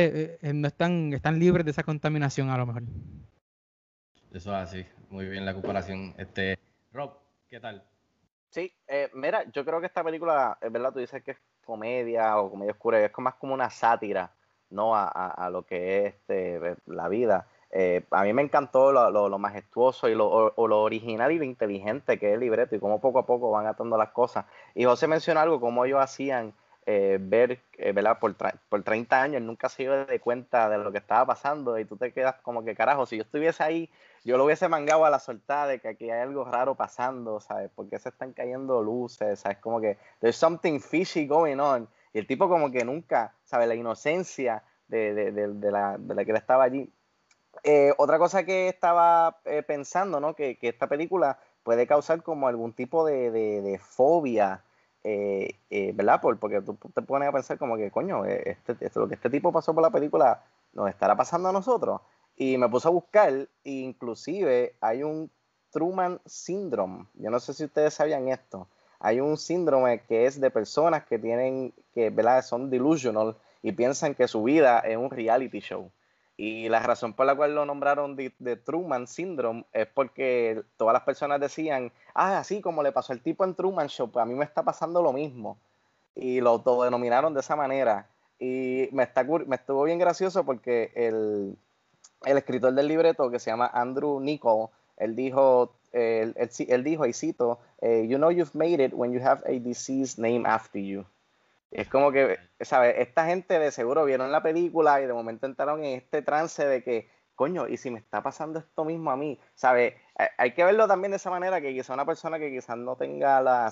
están libres de esa contaminación a lo mejor. Eso es así, muy bien la comparación. Rob, ¿qué tal? Sí, mira, yo creo que esta película, es verdad, tú dices que es comedia o comedia oscura, es más como una sátira, ¿no? A lo que es la vida. A mí me encantó lo majestuoso y lo original y lo inteligente que es el libreto y cómo poco a poco van atando las cosas. Y José mencionó algo, cómo ellos hacían ver, ¿verdad? Por 30 años nunca se dio de cuenta de lo que estaba pasando y tú te quedas como que, carajo, si yo estuviese ahí, yo lo hubiese mangado a la soltada de que aquí hay algo raro pasando, ¿sabes? Porque se están cayendo luces, ¿sabes? Como que there's something fishy going on. Y el tipo como que nunca, ¿sabes? La inocencia de la que él estaba allí. Otra cosa que estaba pensando, ¿no? Que esta película puede causar como algún tipo de fobia, ¿verdad? Porque tú te pones a pensar como que, coño, lo que este tipo pasó por la película nos estará pasando a nosotros. Y me puse a buscar, e inclusive hay un Truman Syndrome. Yo no sé si ustedes sabían esto. Hay un síndrome que es de personas que ¿verdad? Son delusional y piensan que su vida es un reality show. Y la razón por la cual lo nombraron de Truman Syndrome es porque todas las personas decían, así como le pasó al tipo en Truman Show, pues a mí me está pasando lo mismo. Y lo denominaron de esa manera. Y me estuvo bien gracioso porque el escritor del libreto, que se llama Andrew Niccol, él dijo, y cito, you know you've made it when you have a disease named after you. Es como que, ¿sabes? Esta gente de seguro vieron la película y de momento entraron en este trance de que, coño, ¿y si me está pasando esto mismo a mí? ¿Sabes? Hay que verlo también de esa manera, que quizá una persona que quizás no tenga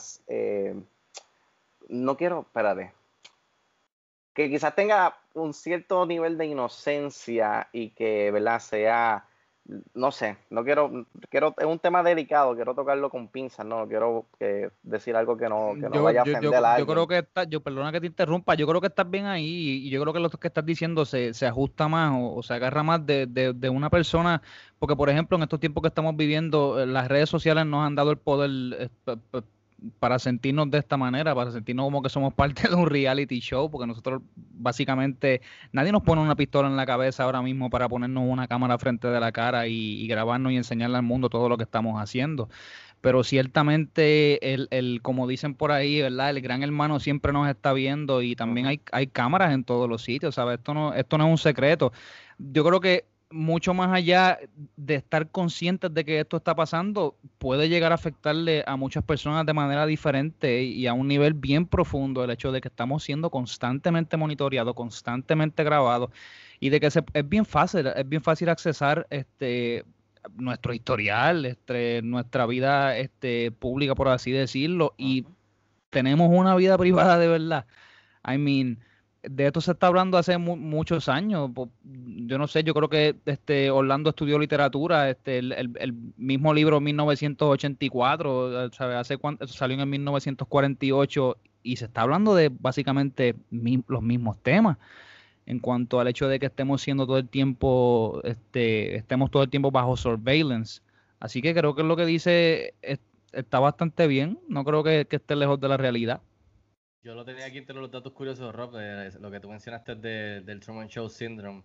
que quizás tenga un cierto nivel de inocencia y que, ¿verdad? Sea, no sé, es un tema delicado, quiero tocarlo con pinzas, no quiero decir algo que no vaya a ofender a alguien. Yo creo que perdona que te interrumpa, yo creo que estás bien ahí y yo creo que lo que estás diciendo se ajusta más o se agarra más de una persona, porque por ejemplo en estos tiempos que estamos viviendo, las redes sociales nos han dado el poder para sentirnos de esta manera, para sentirnos como que somos parte de un reality show, porque nosotros básicamente, nadie nos pone una pistola en la cabeza ahora mismo para ponernos una cámara frente de la cara y grabarnos y enseñarle al mundo todo lo que estamos haciendo. Pero ciertamente, como dicen por ahí, ¿verdad? El gran hermano siempre nos está viendo y también hay cámaras en todos los sitios, ¿sabes? Esto no es un secreto. Yo creo que mucho más allá de estar conscientes de que esto está pasando, puede llegar a afectarle a muchas personas de manera diferente y a un nivel bien profundo el hecho de que estamos siendo constantemente monitoreados, constantemente grabados y de que es bien fácil accesar nuestro historial, nuestra vida pública, por así decirlo, y tenemos una vida privada de verdad. I mean, de esto se está hablando hace muchos años. Yo no sé, yo creo que Orlando estudió literatura, el mismo libro 1984, ¿sabes? Salió en 1948 y se está hablando de básicamente los mismos temas en cuanto al hecho de que estemos todo el tiempo bajo surveillance. Así que creo que lo que dice está bastante bien, no creo que esté lejos de la realidad. Yo lo tenía aquí entre los datos curiosos, Rob, lo que tú mencionaste del Truman Show Syndrome,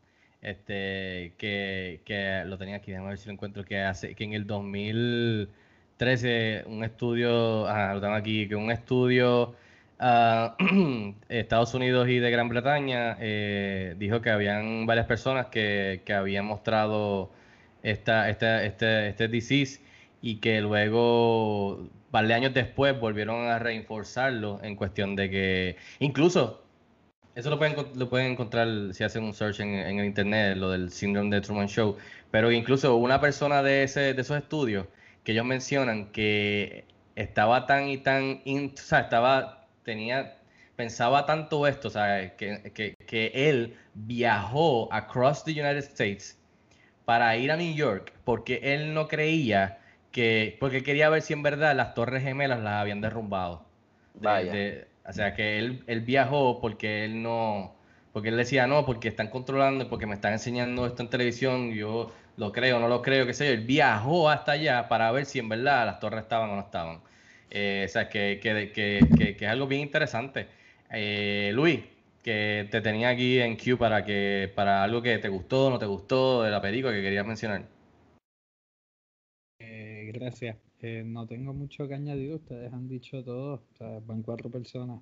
que lo tenía aquí, déjame ver si lo encuentro, que en el 2013 un estudio, lo tengo aquí, que un estudio Estados Unidos y de Gran Bretaña dijo que habían varias personas que habían mostrado este disease y que luego, un par de años después, volvieron a reforzarlo en cuestión de que, incluso, eso lo pueden encontrar si hacen un search en el internet, lo del síndrome de Truman Show, pero incluso una persona de esos estudios que ellos mencionan que estaba pensaba tanto esto, o sea, que él viajó across the United States para ir a New York porque él no creía porque quería ver si en verdad las Torres Gemelas las habían derrumbado. O sea, que él viajó porque él decía, no, porque están controlando, porque me están enseñando esto en televisión, yo lo creo, no lo creo, qué sé yo. Él viajó hasta allá para ver si en verdad las torres estaban o no estaban. O sea, que es algo bien interesante. Luis, que te tenía aquí en queue para algo que te gustó, no te gustó de la película que querías mencionar. Gracias. No tengo mucho que añadir, ustedes han dicho todo, o sea, van 4 personas.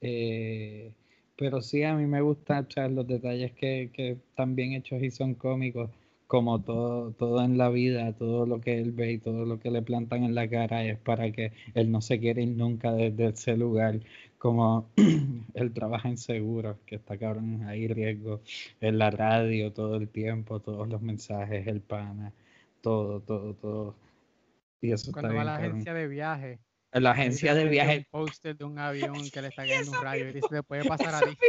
Pero sí, a mí me gustan los detalles que están bien hechos y son cómicos, como todo en la vida, todo lo que él ve y todo lo que le plantan en la cara es para que él no se quiera ir nunca desde ese lugar, como él trabaja en seguros, que está cabrón, hay riesgo en la radio todo el tiempo, todos los mensajes, el pana, todo. Y eso cuando está va bien, a la cabrón. agencia de viaje. En la agencia de viaje. Un póster de un avión que le está cayendo un rayo y dice, te puede pasar a ti.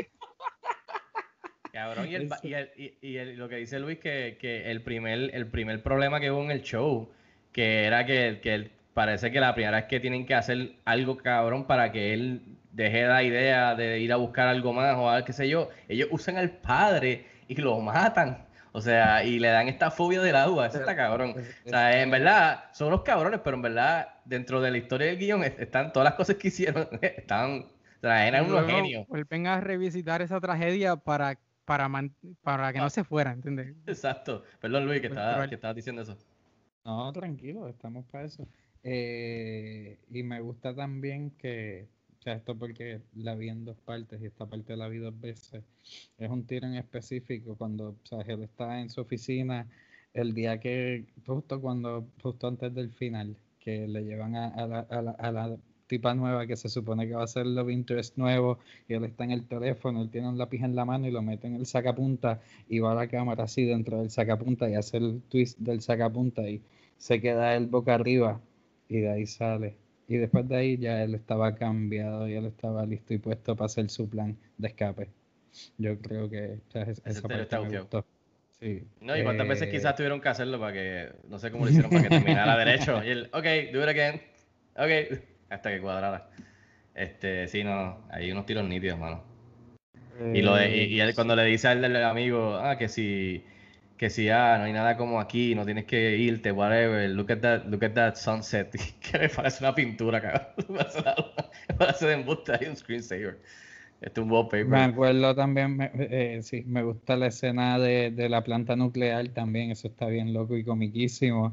Cabrón, lo que dice Luis, que el primer problema que hubo en el show, que era que él, parece que la primera vez que tienen que hacer algo cabrón para que él deje la idea de ir a buscar algo más o algo, qué sé yo, ellos usan al padre y lo matan. O sea, y le dan esta fobia del agua, eso está cabrón. O sea, en verdad, son unos cabrones, pero en verdad, dentro de la historia del guión, están todas las cosas que hicieron, o sea, eran unos genios. Vuelven a revisitar esa tragedia para que no se fuera, ¿entiendes? Exacto. Perdón, Luis, que estabas diciendo eso. No, tranquilo, estamos para eso. Y me gusta también que, o sea, esto porque la vi en 2 partes y esta parte la vi 2 veces. Es un tiro en específico cuando, o sea, él está en su oficina el día justo antes del final, que le llevan a la tipa nueva que se supone que va a ser love interest nuevo, y él está en el teléfono, él tiene un lápiz en la mano y lo mete en el sacapunta y va a la cámara así dentro del sacapunta y hace el twist del sacapunta y se queda él boca arriba y de ahí sale. Y después de ahí ya él estaba cambiado y él estaba listo y puesto para hacer su plan de escape. Yo creo que esa parte me gustó. Sí. No, y cuántas veces quizás tuvieron que hacerlo para que, no sé cómo lo hicieron para que terminara derecho. Y él, ok, do it again. Ok, hasta que cuadrara. Sí, no, hay unos tiros nítidos, mano. Y él cuando le dice al amigo, que si no hay nada como aquí, no tienes que irte, whatever, look at that sunset, que me parece una pintura, cabrón. Me parece de embuste, hay un screensaver. Un wallpaper. Me acuerdo también, sí, me gusta la escena de la planta nuclear también, eso está bien loco y comiquísimo.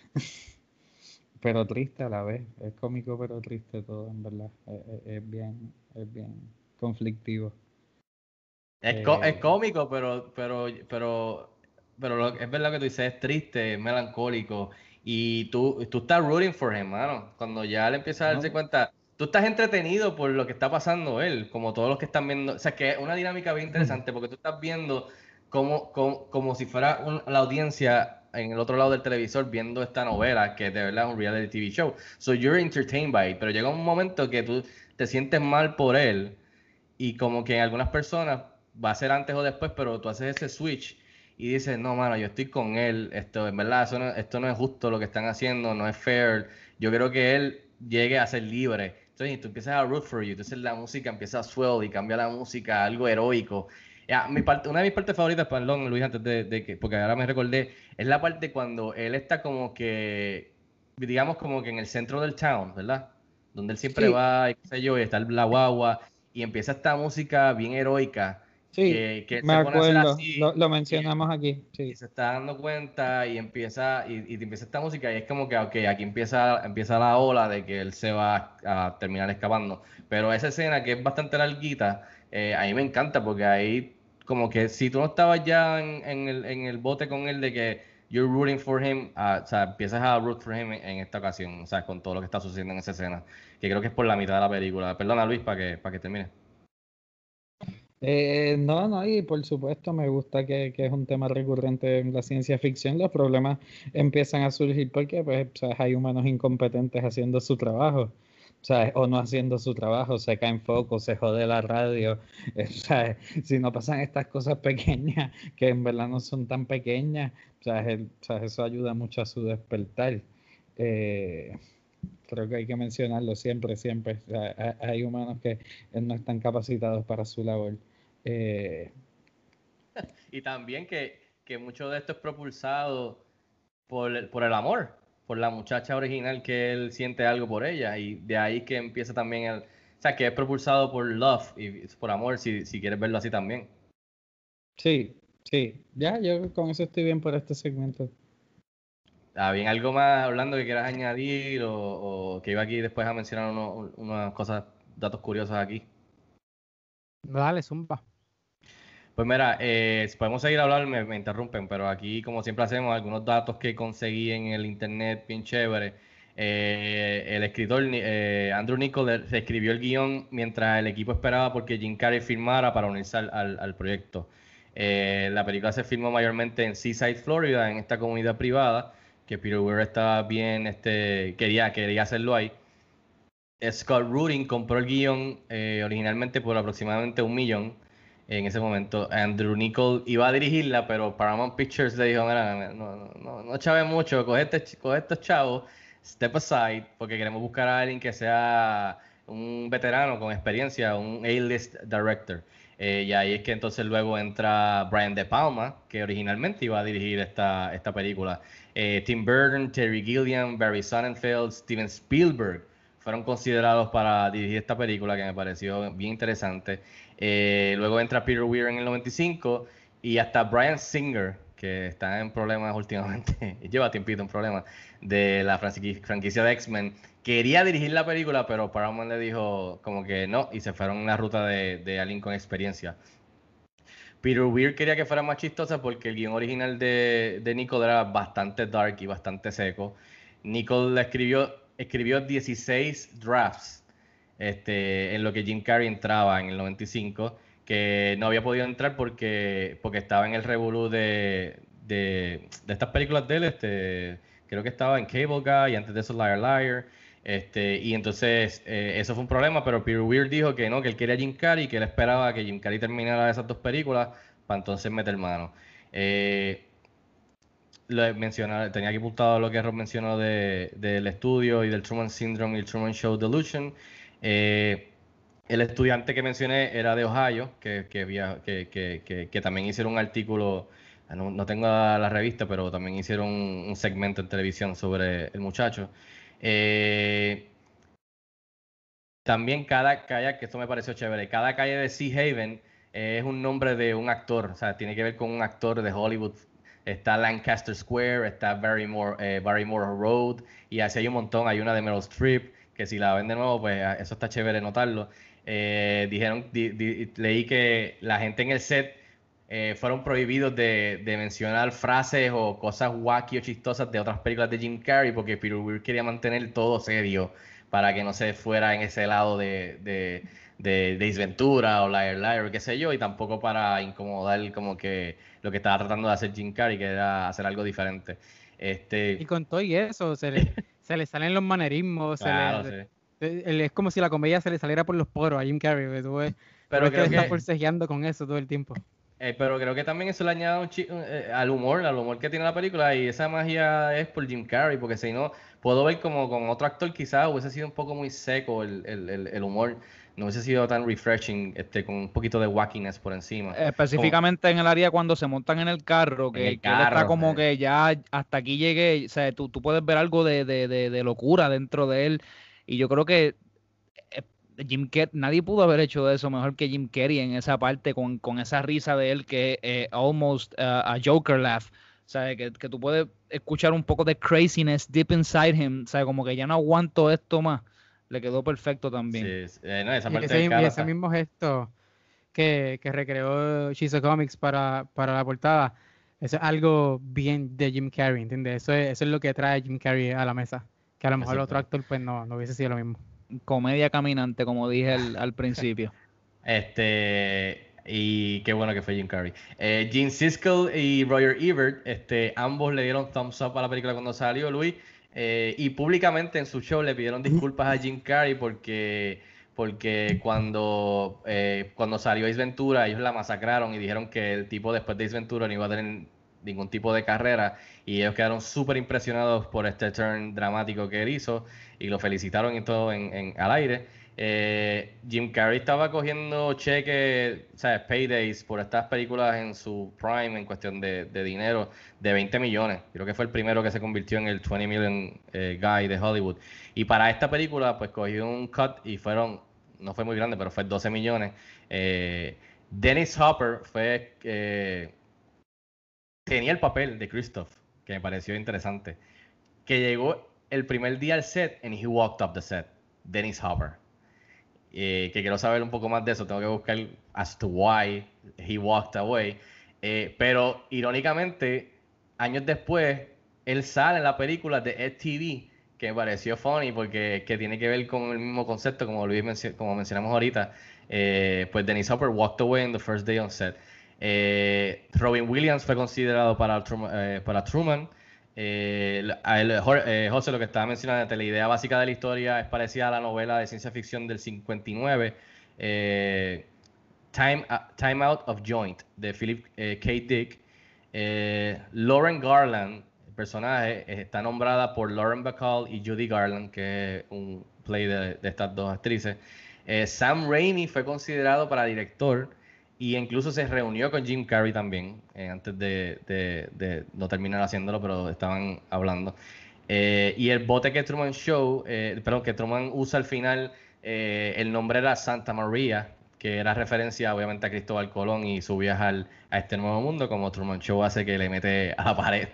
Pero triste a la vez, es cómico pero triste todo, en verdad. Es bien conflictivo. Es cómico, pero es verdad que tú dices, es triste, es melancólico. Y tú estás rooting for him, mano. Cuando ya le empiezas a darse cuenta, tú estás entretenido por lo que está pasando él, como todos los que están viendo. O sea, que es una dinámica bien interesante, porque tú estás viendo como si fuera la audiencia en el otro lado del televisor viendo esta novela, que de verdad es un reality TV show. So you're entertained by it, pero llega un momento que tú te sientes mal por él, y como que algunas personas va a ser antes o después, pero tú haces ese switch y dices, no, mano, yo estoy con él, en verdad, esto no es justo lo que están haciendo, no es fair, yo creo que él llegue a ser libre. Entonces, tú empiezas a root for you, entonces la música empieza a swell y cambia la música a algo heroico. Ya, una de mis partes favoritas, perdón, Luis, antes de que, porque ahora me recordé, es la parte cuando él está como que, digamos, como que en el centro del town, ¿verdad? Donde él siempre va, y qué sé yo, y está la guagua, y empieza esta música bien heroica. Sí, que me se pone a hacer acuerdo, así, lo mencionamos aquí. Sí. y se está dando cuenta y empieza esta música y es como que okay, aquí empieza la ola de que él se va a terminar escapando. Pero esa escena que es bastante larguita, a mí me encanta porque ahí como que si tú no estabas ya en el bote con él de que you're rooting for him, o sea, empiezas a root for him en esta ocasión, o sea, con todo lo que está sucediendo en esa escena, que creo que es por la mitad de la película. Perdona, Luis, para que termine. No, y por supuesto me gusta que es un tema recurrente en la ciencia ficción. Los problemas empiezan a surgir porque pues, o sea, hay humanos incompetentes haciendo su trabajo, o sea, o no haciendo su trabajo, se caen focos, se jode la radio, o sea, si no pasan estas cosas pequeñas, que en verdad no son tan pequeñas, o sea, eso ayuda mucho a su despertar. Creo que hay que mencionarlo siempre. O sea, hay humanos que no están capacitados para su labor. Y también que mucho de esto es propulsado por el amor, por la muchacha original, que él siente algo por ella, y de ahí que empieza también o sea, que es propulsado por love y por amor, si quieres verlo así también. Sí, ya, yo con eso estoy bien por este segmento. ¿Bien algo más hablando que quieras añadir o que iba aquí después a mencionar unas cosas, datos curiosos aquí? Dale, zumba. Pues mira, si podemos seguir hablando, me interrumpen, pero aquí, como siempre hacemos, algunos datos que conseguí en el internet bien chévere. El escritor Andrew Niccol escribió el guión mientras el equipo esperaba porque Jim Carrey firmara para unirse al proyecto. La película se filmó mayormente en Seaside, Florida, en esta comunidad privada, que Peter Weir estaba bien, quería hacerlo ahí. Scott Rudin compró el guión originalmente por aproximadamente $1 millón. En ese momento, Andrew Niccol iba a dirigirla, pero Paramount Pictures le dijo, mira, no chave mucho, coge estos chavos, step aside, porque queremos buscar a alguien que sea un veterano con experiencia, un A-list director. Y ahí es que entonces luego entra Brian De Palma, que originalmente iba a dirigir esta película. Tim Burton, Terry Gilliam, Barry Sonnenfeld, Steven Spielberg fueron considerados para dirigir esta película, que me pareció bien interesante. Luego entra Peter Weir en el 95 y hasta Bryan Singer, que está en problemas últimamente, lleva tiempito en problemas, de la franquicia de X-Men. Quería dirigir la película, pero Paramount le dijo como que no, y se fueron en la ruta de alguien con experiencia. Peter Weir quería que fuera más chistosa porque el guión original de Niccol era bastante dark y bastante seco. Niccol escribió 16 drafts en lo que Jim Carrey entraba en el 95, que no había podido entrar porque estaba en el revolú de estas películas de él. Creo que estaba en Cable Guy y antes de eso Liar Liar. Y entonces eso fue un problema, pero Peter Weir dijo que no, que él quería Jim Carrey y que él esperaba que Jim Carrey terminara esas dos películas para entonces meter mano. Tenía aquí apuntado lo que Rob mencionó del estudio y del Truman Syndrome y el Truman Show Delusion. El estudiante que mencioné era de Ohio, que también hicieron un artículo, no tengo la revista, pero también hicieron un segmento en televisión sobre el muchacho. También cada calle, que esto me pareció chévere, cada calle de Sea Haven es un nombre de un actor, o sea, tiene que ver con un actor de Hollywood. Está Lancaster Square, está Barrymore Road, y así hay un montón. Hay una de Meryl Streep, que si la ven de nuevo, pues eso está chévere notarlo. Leí que la gente en el set fueron prohibidos de mencionar frases o cosas wacky o chistosas de otras películas de Jim Carrey, porque Peter Weir quería mantener todo serio para que no se fuera en ese lado de Ace Ventura o Liar Liar, qué sé yo, y tampoco para incomodar como que lo que estaba tratando de hacer Jim Carrey, que era hacer algo diferente. Y con todo y eso, se le salen los manerismos, claro, Es como si la comedia se le saliera por los poros a Jim Carrey. Tú ves Pero que él creo está que, forcejeando con eso todo el tiempo. pero creo que también eso le añade al humor que tiene la película, y esa magia es por Jim Carrey, porque si no, puedo ver como con otro actor quizás hubiese sido un poco muy seco el humor, no hubiese sido tan refreshing, con un poquito de wackiness por encima. Específicamente en el área cuando se montan en el carro, que él está como que ya hasta aquí llegué, o sea, tú puedes ver algo de locura dentro de él, y yo creo que nadie pudo haber hecho eso mejor que Jim Carrey en esa parte con esa risa de él que es almost a Joker laugh. O sea, que tú puedes escuchar un poco de craziness deep inside him. O sea, como que ya no aguanto esto más. Le quedó perfecto también. Sí, no, esa Y parte ese mismo gesto que recreó Shizo Comics para la portada, eso es algo bien de Jim Carrey, ¿entiendes? Eso es lo que trae Jim Carrey a la mesa. Que a lo mejor otro actor pues no hubiese sido lo mismo. Comedia caminante, como dije al principio. Y qué bueno que fue Jim Carrey. Gene Siskel y Roger Ebert, ambos le dieron thumbs up a la película cuando salió, Luis, y públicamente en su show le pidieron disculpas a Jim Carrey porque cuando salió Ace Ventura ellos la masacraron y dijeron que el tipo después de Ace Ventura no iba a tener ningún tipo de carrera, y ellos quedaron súper impresionados por este turn dramático que él hizo y lo felicitaron y todo al aire. Jim Carrey estaba cogiendo cheques, o sea, paydays por estas películas en su prime en cuestión de dinero de 20 millones. Creo que fue el primero que se convirtió en el 20 million guy de Hollywood. Y para esta película, pues cogió un cut y no fue muy grande, pero fue 12 millones. Dennis Hopper tenía el papel de Christoph, que me pareció interesante. Que llegó el primer día al set and he walked up the set. Dennis Hopper. Que quiero saber un poco más de eso, tengo que buscar as to why he walked away. Pero irónicamente, años después, él sale en la película de Ed TV, que me pareció funny porque que tiene que ver con el mismo concepto, como mencionamos ahorita. Pues Dennis Hopper walked away in the first day on set. Robin Williams fue considerado para Truman. José, lo que estaba mencionando, la idea básica de la historia es parecida a la novela de ciencia ficción del 59, Time Out of Joint, de Philip K. Dick. Lauren Garland, el personaje, está nombrada por Lauren Bacall y Judy Garland, que es un play de estas dos actrices. Sam Raimi fue considerado para director, y incluso se reunió con Jim Carrey también, antes de no terminar haciéndolo, pero estaban hablando. Y el bote que Truman que Truman usa al final, el nombre era Santa Maria, que era referencia obviamente a Cristóbal Colón y su viaje a este nuevo mundo, como Truman Show hace que le mete a la pared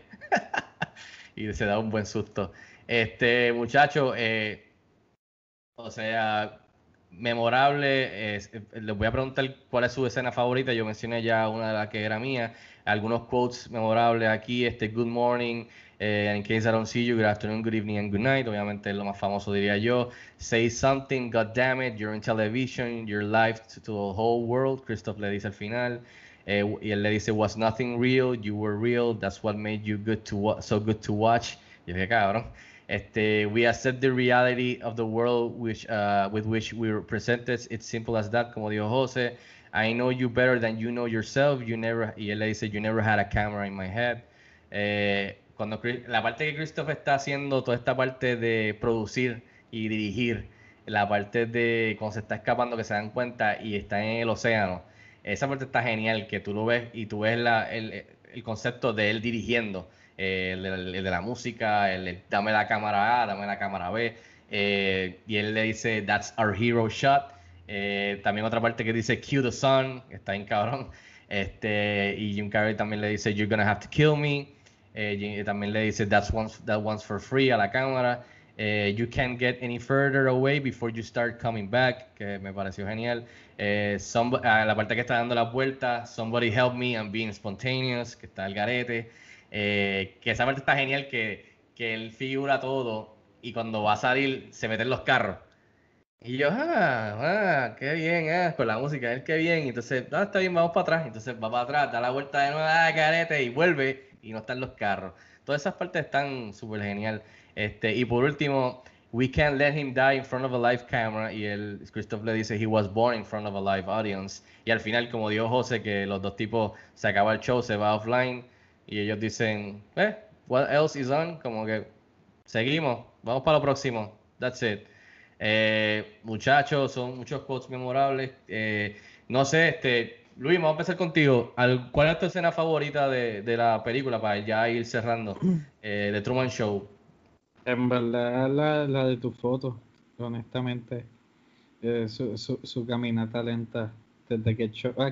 y se da un buen susto. Muchacho, o sea, memorable. Les voy a preguntar cuál es su escena favorita. Yo mencioné ya una de las que era mía. Algunos quotes memorables aquí. Good morning, in case I don't see you, good afternoon, good evening and good night. Obviamente es lo más famoso, diría yo. Say something, god damn it, you're in television, you're live to the whole world. Christoph le dice al final. Y él le dice, was nothing real, you were real, that's what made you so good to watch. Y yo dije, cabrón. We accept the reality of the world with which we were presented. It's simple as that, como dijo José. I know you better than you know yourself. Y él le dice, you never had a camera in my head. Cuando la parte que Christoph está haciendo, toda esta parte de producir y dirigir, la parte de cuando se está escapando, que se dan cuenta y está en el océano, esa parte está genial, que tú lo ves y tú ves el concepto de él dirigiendo. El de la música, dame la cámara A, dame la cámara B, y él le dice, that's our hero shot. También otra parte que dice, cue the sun, que está bien cabrón. Y Jim Carrey también le dice, you're gonna have to kill me. Y también le dice, that one's for free a la cámara. You can't get any further away before you start coming back, que me pareció genial. La parte que está dando la vuelta, somebody help me, I'm being spontaneous, que está el garete. Que esa parte está genial, que él figura todo y cuando va a salir se mete en los carros. Y yo, qué bien, con la música, él qué bien. Y entonces, está bien, vamos para atrás. Entonces va para atrás, da la vuelta de nuevo, carete, y vuelve y no están los carros. Todas esas partes están súper genial. Y por último, we can't let him die in front of a live camera, y Christoph le dice, he was born in front of a live audience, y al final, como dijo José, que los dos tipos se acaba el show, se va offline, y ellos dicen, what else is on, como que seguimos, vamos para lo próximo, that's it. Muchachos, son muchos quotes memorables. No sé, Luis, vamos a empezar contigo. ¿Cuál es tu escena favorita de la película para ya ir cerrando? De Truman Show. En verdad, la de tu foto, honestamente. Su caminata lenta, desde que choca.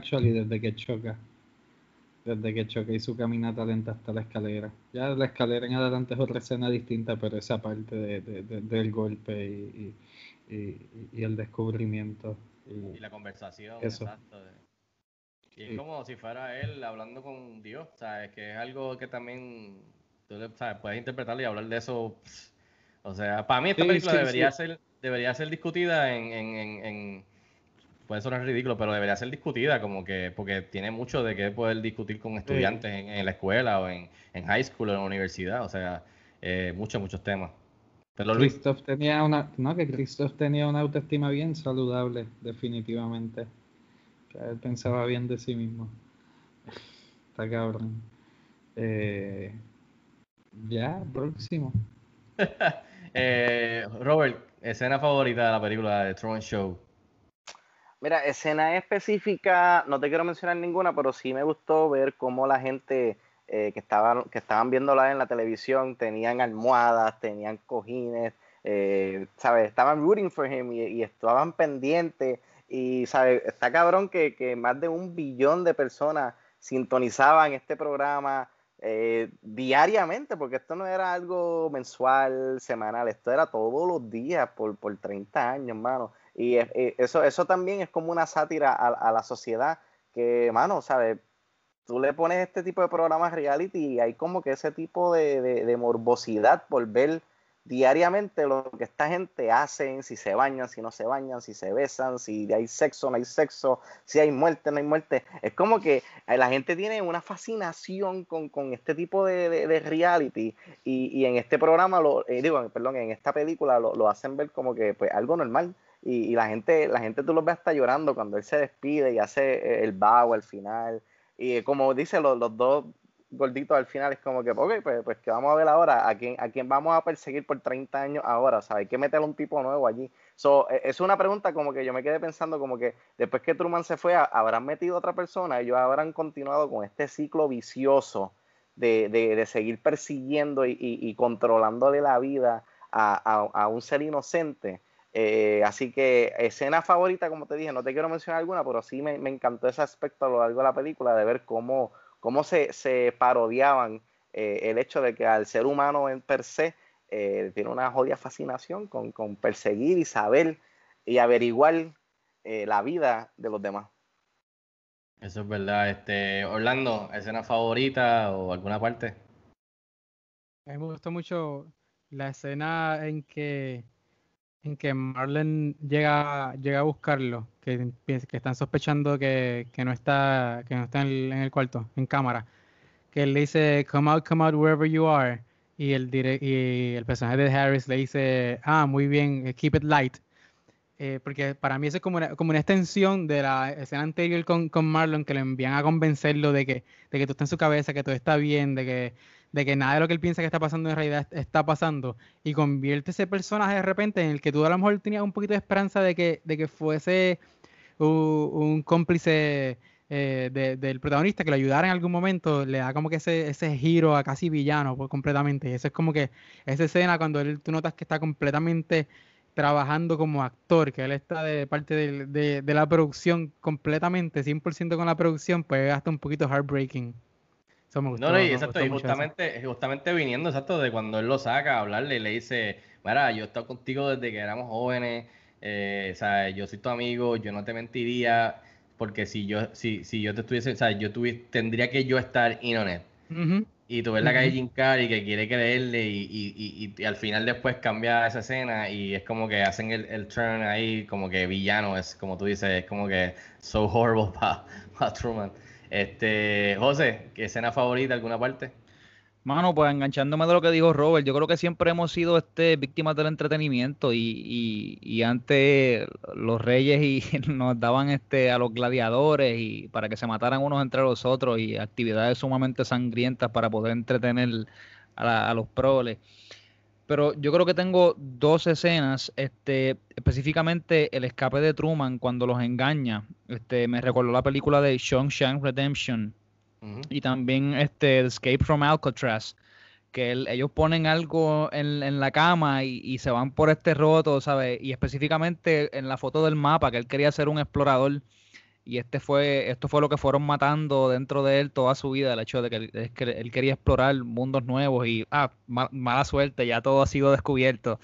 Desde que choca y su caminata lenta hasta la escalera. Ya la escalera en adelante es otra escena distinta, pero esa parte del golpe y el descubrimiento. Y la conversación, eso. Exacto. Y es como si fuera él hablando con Dios, ¿sabes? Que es algo que también tú ¿sabes? Puedes interpretarlo y hablar de eso. O sea, para mí esta película debería ser discutida en puede sonar ridículo, pero debería ser discutida como que, porque tiene mucho de qué poder discutir con estudiantes en la escuela o en high school o en la universidad, o sea, muchos temas. Pero Christoph tenía una autoestima bien saludable, definitivamente. Que él pensaba bien de sí mismo. Está cabrón. Ya, próximo. Robert, escena favorita de la película de Truman Show. Mira, escena específica, no te quiero mencionar ninguna, pero sí me gustó ver cómo la gente que estaban viéndola en la televisión tenían almohadas, tenían cojines, ¿sabes? Estaban rooting for him y estaban pendientes. Y, ¿sabes? Está cabrón que más de 1 billón de personas sintonizaban este programa diariamente, porque esto no era algo mensual, semanal, esto era todos los días por 30 años, mano. Y eso también es como una sátira a la sociedad que, mano, ¿sabes? Tú le pones este tipo de programas reality y hay como que ese tipo de morbosidad por ver diariamente lo que esta gente hace, si se bañan, si no se bañan, si se besan, si hay sexo, no hay sexo, si hay muerte, no hay muerte. Es como que la gente tiene una fascinación con este tipo de reality y en este programa, en esta película lo hacen ver como que pues algo normal. Y la gente tú los ves hasta llorando cuando él se despide y hace el bow al final. Y como dice los dos gorditos al final, es como que, ok, pues que vamos a ver ahora, ¿a quién vamos a perseguir por 30 años ahora? O sea, hay que meterle un tipo nuevo allí. Es una pregunta como que yo me quedé pensando como que después que Truman se fue, ¿habrán metido a otra persona? Ellos habrán continuado con este ciclo vicioso de seguir persiguiendo y controlándole la vida a un ser inocente. Así que escena favorita, como te dije, no te quiero mencionar alguna, pero sí me encantó ese aspecto a lo largo de la película, de ver cómo se parodiaban el hecho de que al ser humano en per se tiene una jodida fascinación con perseguir y saber y averiguar la vida de los demás. Eso es verdad. Orlando, ¿escena favorita o alguna parte? A mí me gustó mucho la escena en que Marlon llega a buscarlo, que están sospechando que no está en el cuarto, en cámara, que él le dice come out wherever you are, y el personaje de Harris le dice muy bien, keep it light, porque para mí eso es como una extensión de la escena anterior con Marlon, que le envían a convencerlo de que todo está en su cabeza, que todo está bien, de que nada de lo que él piensa que está pasando en realidad está pasando, y convierte ese personaje de repente en el que tú a lo mejor tenías un poquito de esperanza de que fuese un cómplice del protagonista, que lo ayudara en algún momento, le da como que ese giro a casi villano completamente. Y eso es como que esa escena cuando tú notas que está completamente trabajando como actor, que él está de parte de la producción completamente, 100% con la producción, pues hasta un poquito heartbreaking. Eso me gustó, exacto, y justamente viniendo, exacto, de cuando él lo saca a hablarle y le dice, mira, yo he estado contigo desde que éramos jóvenes, o sea, yo soy tu amigo, yo no te mentiría, porque si yo te estuviese, o sea, tendría que yo estar in on it. Uh-huh. Y tú ves la calle Jim Carrey que quiere creerle y al final después cambia esa escena y es como que hacen el turn ahí como que villano, es como tú dices, es como que so horrible para Truman. José, ¿qué escena favorita, alguna parte? Mano, pues enganchándome de lo que dijo Robert, yo creo que siempre hemos sido víctimas del entretenimiento y antes los reyes y nos daban a los gladiadores y para que se mataran unos entre los otros y actividades sumamente sangrientas para poder entretener a los proles. Pero yo creo que tengo dos escenas, específicamente el escape de Truman cuando los engaña. Me recordó la película de Shawshank Redemption. Y también Escape from Alcatraz, que ellos ponen algo en la cama y se van por roto, ¿sabes? Y específicamente en la foto del mapa, que él quería ser un explorador, y esto fue lo que fueron matando dentro de él toda su vida, el hecho de que él quería explorar mundos nuevos y, mala suerte, ya todo ha sido descubierto.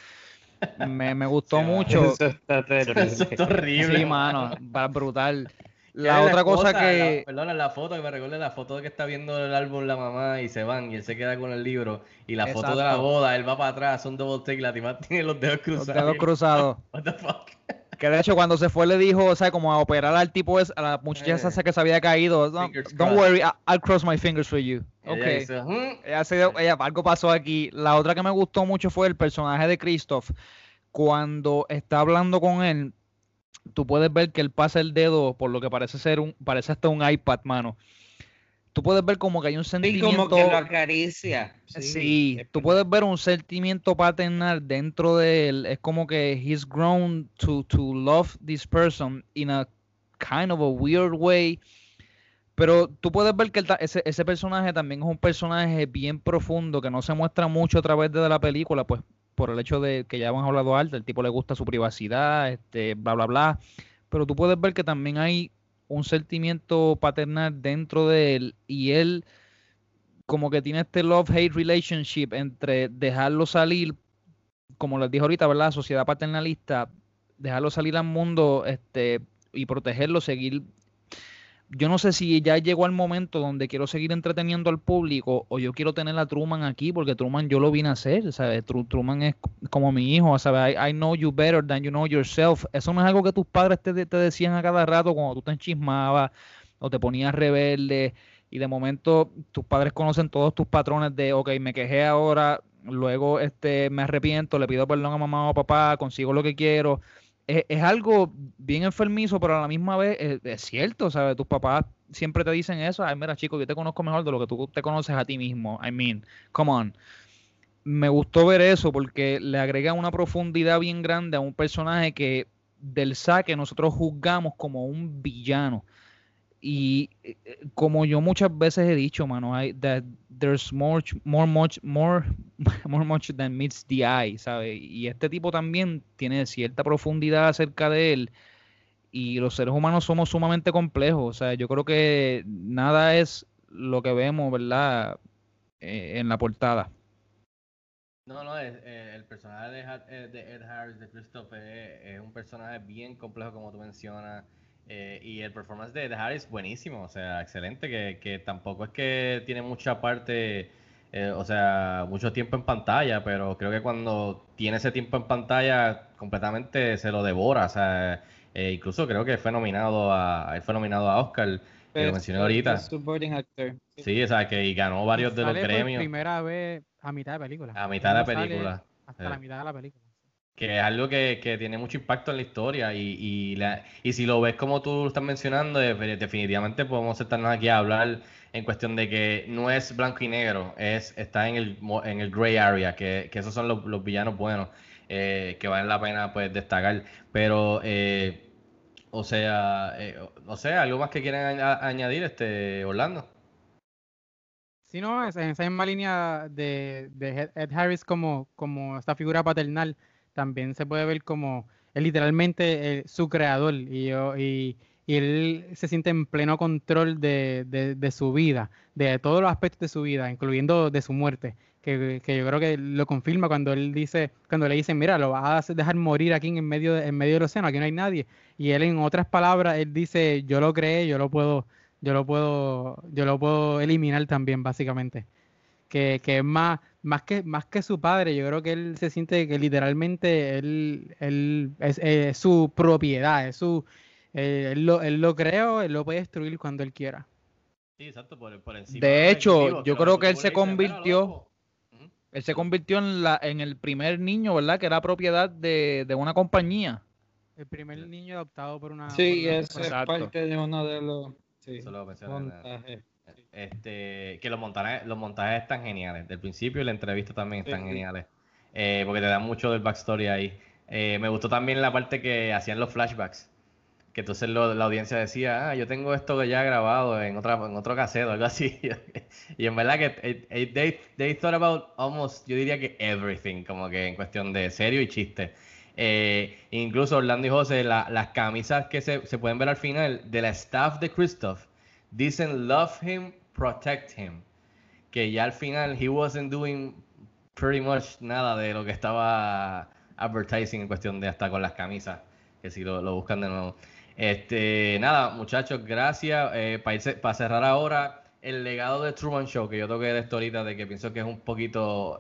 Me gustó mucho. Eso está horrible. Sí, mano, brutal. La otra cosa que... Perdona, la foto, que me recuerda la foto de que está viendo el álbum la mamá y se van y él se queda con el libro. Y la foto de la boda, él va para atrás, un double take, la tipa tiene los dedos cruzados. Los dedos cruzados. What the fuck. Que de hecho cuando se fue le dijo, o sea, como a operar al tipo, a la muchacha esa que se había caído. Don't worry, I'll cross my fingers for you. Okay. Algo pasó aquí. La otra que me gustó mucho fue el personaje de Christoph. Cuando está hablando con él, tú puedes ver que él pasa el dedo por lo que parece hasta un iPad, mano. Tú puedes ver como que hay un sentimiento... Sí, como que lo acaricia. Sí, tú puedes ver un sentimiento paternal dentro de él. Es como que he's grown to love this person in a kind of a weird way. Pero tú puedes ver que ese personaje también es un personaje bien profundo que no se muestra mucho a través de la película, pues por el hecho de que ya hemos hablado alto, el tipo le gusta su privacidad, bla, bla, bla. Pero tú puedes ver que también hay un sentimiento paternal dentro de él y él como que tiene love-hate relationship entre dejarlo salir, como les dije ahorita, ¿verdad? Sociedad paternalista, dejarlo salir al mundo y protegerlo, seguir... Yo no sé si ya llegó al momento donde quiero seguir entreteniendo al público o yo quiero tener a Truman aquí porque Truman yo lo vine a hacer, ¿sabes? Truman es como mi hijo, ¿sabes? I know you better than you know yourself. Eso no es algo que tus padres te decían a cada rato cuando tú te enchismabas o te ponías rebelde y de momento tus padres conocen todos tus patrones de, ok, me quejé ahora, luego me arrepiento, le pido perdón a mamá o papá, consigo lo que quiero. Es algo bien enfermizo, pero a la misma vez es cierto, ¿sabes? Tus papás siempre te dicen eso. Ay, mira, chico, yo te conozco mejor de lo que tú te conoces a ti mismo. I mean, come on. Me gustó ver eso porque le agrega una profundidad bien grande a un personaje que del saque nosotros juzgamos como un villano. Y como yo muchas veces he dicho, mano, there's much than meets the eye, ¿sabes? Y este tipo también tiene cierta profundidad acerca de él. Y los seres humanos somos sumamente complejos. O sea, yo creo que nada es lo que vemos, ¿verdad? En la portada. No, el personaje de Ed Harris, de Christoph, es un personaje bien complejo, como tú mencionas. Y el performance de Harris buenísimo, o sea, excelente, que tampoco es que tiene mucha parte, o sea, mucho tiempo en pantalla, pero creo que cuando tiene ese tiempo en pantalla completamente se lo devora, o sea, incluso creo que él fue nominado a Oscar, que lo mencioné ahorita. Supporting actor. Sí, o sea, que ganó varios de los premios. Por primera vez a mitad de película. A mitad de la película. Hasta la mitad de la película. Que es algo que tiene mucho impacto en la historia y si lo ves como tú lo estás mencionando, definitivamente podemos sentarnos aquí a hablar en cuestión de que no es blanco y negro, está en el gray area, que esos son los villanos buenos, que valen la pena pues destacar. Pero, o sea, no sé, algo más que quieran añadir, Orlando. Sí, no, en esa misma línea de Ed Harris como esta figura paternal, también se puede ver como él literalmente su creador y él se siente en pleno control de su vida, de todos los aspectos de su vida, incluyendo de su muerte, que yo creo que lo confirma cuando le dicen, mira, lo vas a dejar morir aquí en medio del océano, aquí no hay nadie, y él en otras palabras, él dice, yo lo creé, yo lo puedo eliminar también, básicamente. Que es más que su padre, yo creo que él se siente que literalmente él es su propiedad, él lo creó, él lo puede destruir cuando él quiera. Sí, exacto, por encima De los hecho, ejecutivos, yo los creo que él ejecutivos se le dicen, "Mira, convirtió, loco". él se convirtió en el primer niño, ¿verdad? Que era propiedad de una compañía. El primer niño adoptado por una... Sí, eso es Exacto. parte de uno de los Eso lo mencioné. montajes. Que los montajes están geniales. Del principio y la entrevista también están Sí. geniales. Porque te dan mucho del backstory ahí. Me gustó también la parte que hacían los flashbacks. Que entonces la audiencia decía, yo tengo esto ya grabado en otro cassette o algo así. Y en verdad que they thought about almost, yo diría que everything, como que en cuestión de serio y chiste. Incluso Orlando y José, las camisas que se pueden ver al final de la staff de Christoph dicen love him, protect him. Que ya al final he wasn't doing pretty much nada de lo que estaba advertising en cuestión de hasta con las camisas, que si lo buscan de nuevo. Nada, muchachos, gracias. Para cerrar ahora, el legado de Truman Show, que yo toqué de esto ahorita, de que pienso que es un poquito,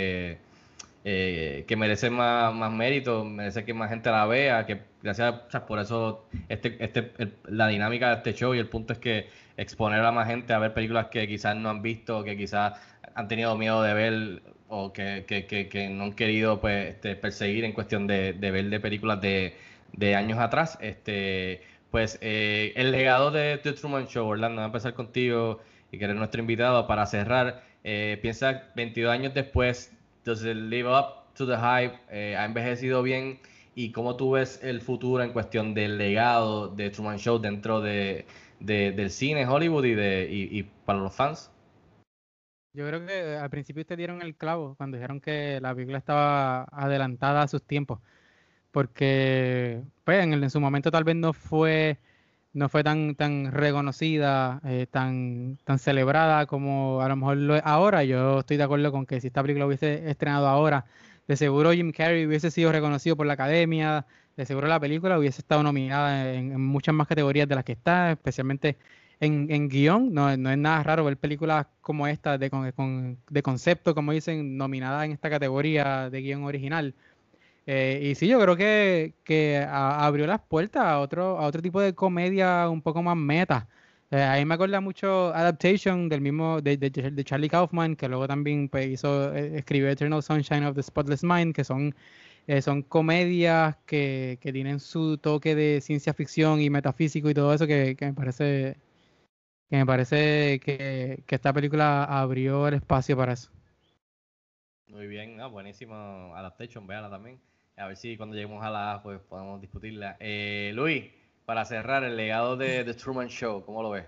que merece más mérito, merece que más gente la vea, que gracias, o sea, por eso la dinámica de este show y el punto es que exponer a más gente a ver películas que quizás no han visto, que quizás han tenido miedo de ver o que no han querido pues perseguir en cuestión de ver de películas de años atrás. Pues el legado de The Truman Show, Orlando, voy a empezar contigo y que eres nuestro invitado para cerrar. Piensa 22 años después, does it live up to the hype? ¿Ha envejecido bien? ¿Y cómo tú ves el futuro en cuestión del legado de Truman Show dentro del cine Hollywood y para los fans? Yo creo que al principio ustedes dieron el clavo cuando dijeron que la película estaba adelantada a sus tiempos, porque pues, en su momento tal vez no fue tan reconocida, tan celebrada como a lo mejor lo es ahora. Yo estoy de acuerdo con que si esta película hubiese estrenado ahora, de seguro Jim Carrey hubiese sido reconocido por la academia, de seguro la película hubiese estado nominada en muchas más categorías de las que está, especialmente en guión. No es nada raro ver películas como esta de concepto, como dicen, nominadas en esta categoría de guión original. Y sí, yo creo que abrió las puertas a otro tipo de comedia un poco más meta. A mí me acuerda mucho Adaptation del mismo de Charlie Kaufman, que luego también pues, escribió Eternal Sunshine of the Spotless Mind, que son comedias que tienen su toque de ciencia ficción y metafísico y todo eso que me parece que esta película abrió el espacio para eso. Muy bien, buenísimo Adaptation, véala también. A ver si cuando lleguemos a la A, pues podemos discutirla. Luis, para cerrar, el legado de The Truman Show, ¿cómo lo ves?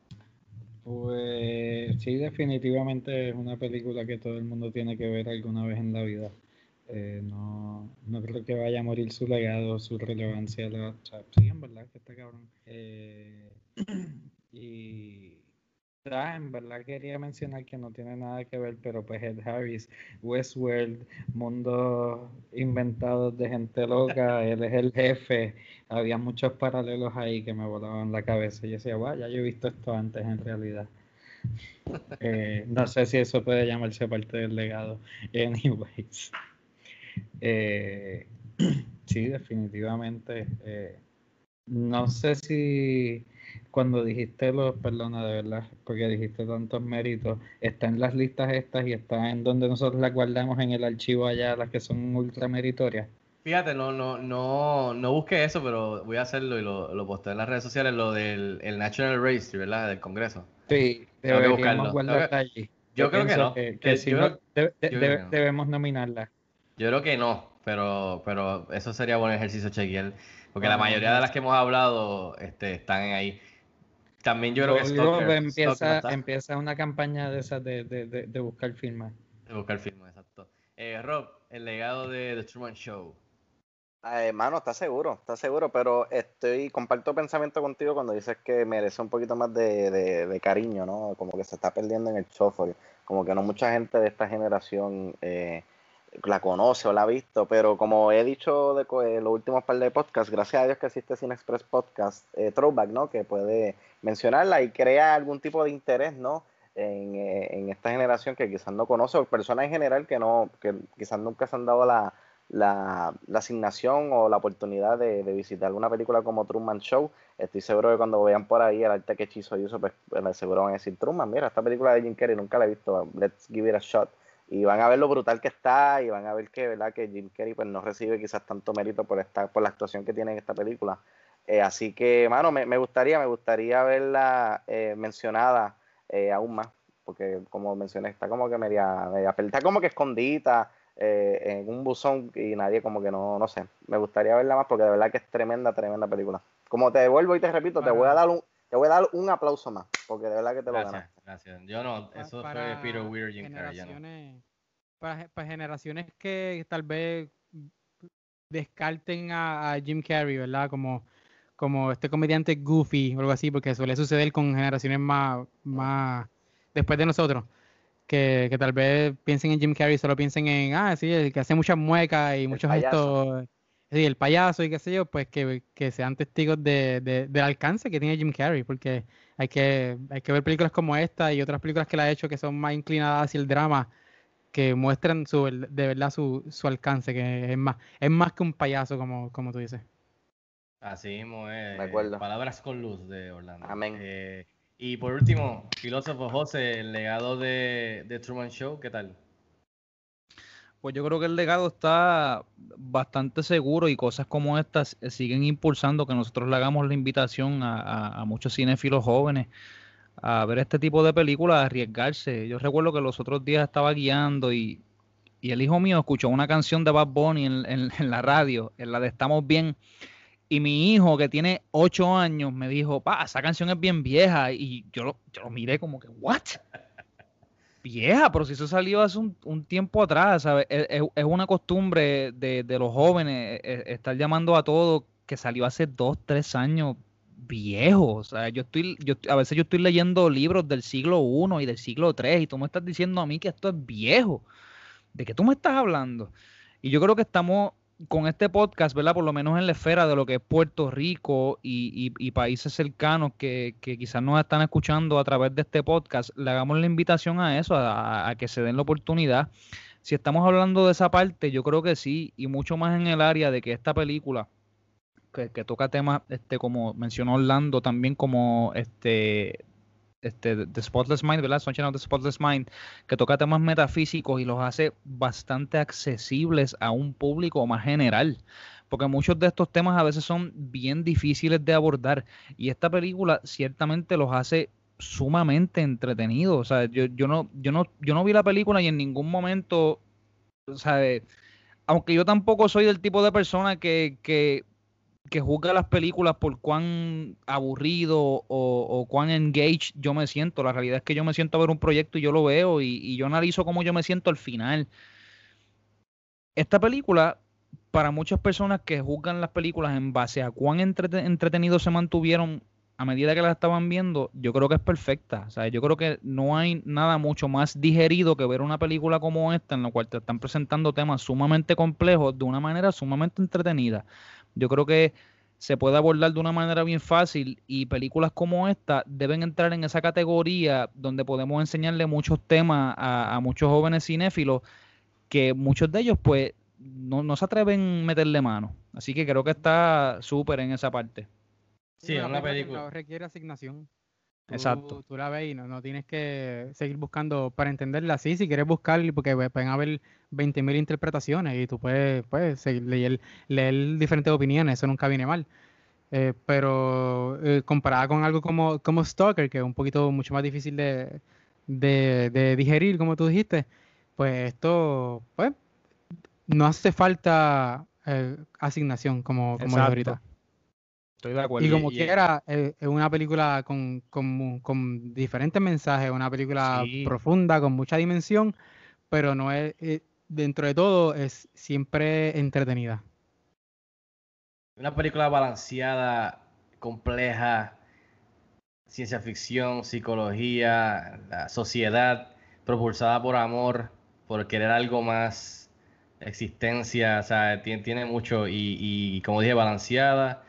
Pues sí, definitivamente es una película que todo el mundo tiene que ver alguna vez en la vida. No creo que vaya a morir su legado, su relevancia. O sea, sí, en verdad que está cabrón. Y en verdad quería mencionar que no tiene nada que ver, pero pues Ed Harris, Westworld, mundos inventados de gente loca, él es el jefe. Había muchos paralelos ahí que me volaban la cabeza. Y yo decía, ya yo he visto esto antes en realidad. No sé si eso puede llamarse parte del legado. Anyways. Sí, definitivamente. No sé si cuando dijiste perdona de verdad, porque dijiste tantos méritos, está en las listas estas y está en donde nosotros las guardamos en el archivo allá, las que son ultra meritorias. Fíjate, no busqué eso, pero voy a hacerlo y lo posté en las redes sociales, lo del el National Registry, ¿verdad? Del Congreso. Sí, deberíamos guardarla allí. Yo creo que no. Debemos nominarla. Yo creo que no, pero eso sería buen ejercicio chequear, porque la mayoría de las que hemos hablado están ahí. También yo creo que Stalker empieza una campaña de esas de buscar firmas. De buscar firmas, exacto. Rob, el legado de The Truman Show. Hermano, está seguro, pero comparto pensamiento contigo cuando dices que merece un poquito más de cariño, ¿no? Como que se está perdiendo en el chofer, como que no mucha gente de esta generación la conoce o la ha visto, pero como he dicho los últimos par de podcasts, gracias a Dios que existe Cine Express Podcast Throwback, ¿no? Que puede mencionarla y crea algún tipo de interés, ¿no? En esta generación que quizás no conoce, o personas en general que quizás nunca se han dado la la asignación o la oportunidad de visitar una película como Truman Show, estoy seguro que cuando vean por ahí el arte que Chizo hizo, pues seguro van a decir, Truman, mira, esta película de Jim Carrey nunca la he visto, let's give it a shot. Y van a ver lo brutal que está y van a ver que, ¿verdad?, que Jim Carrey pues no recibe quizás tanto mérito por la actuación que tiene en esta película. Así que, mano, me gustaría verla mencionada aún más, porque como mencioné, está como que está como que escondida en un buzón y nadie como que no sé. Me gustaría verla más porque de verdad que es tremenda película. Como te devuelvo y te repito, te voy a dar un aplauso más, porque de verdad que te lo ganas. Gracias. Yo no, eso fue Peter Weir, Jim Carrey. Para generaciones que tal vez descarten a Jim Carrey, ¿verdad? Como este comediante goofy o algo así, porque suele suceder con generaciones más después de nosotros, que tal vez piensen en Jim Carrey, solo piensen en, sí, el que hace muchas muecas y muchos gestos, sí, el payaso y qué sé yo, pues que sean testigos del alcance que tiene Jim Carrey, porque hay que ver películas como esta y otras películas que él ha hecho que son más inclinadas hacia el drama, que muestran de verdad su alcance, que es más que un payaso, como tú dices. Así mismo es. De acuerdo. Palabras con luz de Orlando. Amén. Y por último, filósofo José, el legado de Truman Show, ¿qué tal? Pues yo creo que el legado está bastante seguro y cosas como estas siguen impulsando que nosotros le hagamos la invitación a muchos cinéfilos jóvenes a ver este tipo de películas, a arriesgarse. Yo recuerdo que los otros días estaba guiando y el hijo mío escuchó una canción de Bad Bunny en la radio, en la de Estamos Bien. Y mi hijo, que tiene 8 años, me dijo, esa canción es bien vieja. Y yo lo miré como que, ¿what? Vieja, pero si eso salió hace un tiempo atrás, ¿sabes? Es una costumbre de los jóvenes estar llamando a todo que salió hace 2, 3 años viejo. O sea, a veces yo estoy leyendo libros del siglo I y del siglo III y tú me estás diciendo a mí que esto es viejo. ¿De qué tú me estás hablando? Y yo creo que estamos con este podcast, ¿verdad? Por lo menos en la esfera de lo que es Puerto Rico y países cercanos que quizás nos están escuchando a través de este podcast, le hagamos la invitación a eso, a que se den la oportunidad. Si estamos hablando de esa parte, yo creo que sí, y mucho más en el área de que esta película, que toca temas, como mencionó Orlando, también como The Spotless Mind, ¿verdad? Sunshine of the Spotless Mind, que toca temas metafísicos y los hace bastante accesibles a un público más general, porque muchos de estos temas a veces son bien difíciles de abordar y esta película ciertamente los hace sumamente entretenidos. O sea, yo no vi la película y en ningún momento, o sea, aunque yo tampoco soy del tipo de persona que juzga las películas por cuán aburrido o cuán engaged yo me siento. La realidad es que yo me siento a ver un proyecto y yo lo veo y yo analizo cómo yo me siento al final. Esta película, para muchas personas que juzgan las películas en base a cuán entretenidos se mantuvieron a medida que las estaban viendo, yo creo que es perfecta. O sea, yo creo que no hay nada mucho más digerido que ver una película como esta, en la cual te están presentando temas sumamente complejos de una manera sumamente entretenida. Yo creo que se puede abordar de una manera bien fácil y películas como esta deben entrar en esa categoría donde podemos enseñarle muchos temas a muchos jóvenes cinéfilos que muchos de ellos pues no se atreven a meterle mano. Así que creo que está súper en esa parte. Sí, es una película que no requiere asignación. Exacto. Tú la ves y no tienes que seguir buscando para entenderla así. Si quieres buscar, porque pueden haber 20.000 interpretaciones y tú puedes seguir, leer diferentes opiniones, eso nunca viene mal. Pero comparada con algo como Stalker, que es un poquito mucho más difícil de digerir, como tú dijiste, pues esto, pues, no hace falta asignación, como dije ahorita. Estoy de acuerdo. Y como quiera, es una película con diferentes mensajes, una película profunda, con mucha dimensión, pero no es, dentro de todo, es siempre entretenida. Una película balanceada, compleja, ciencia ficción, psicología, la sociedad, propulsada por amor, por querer algo más, existencia, o sea, tiene mucho y como dije, balanceada.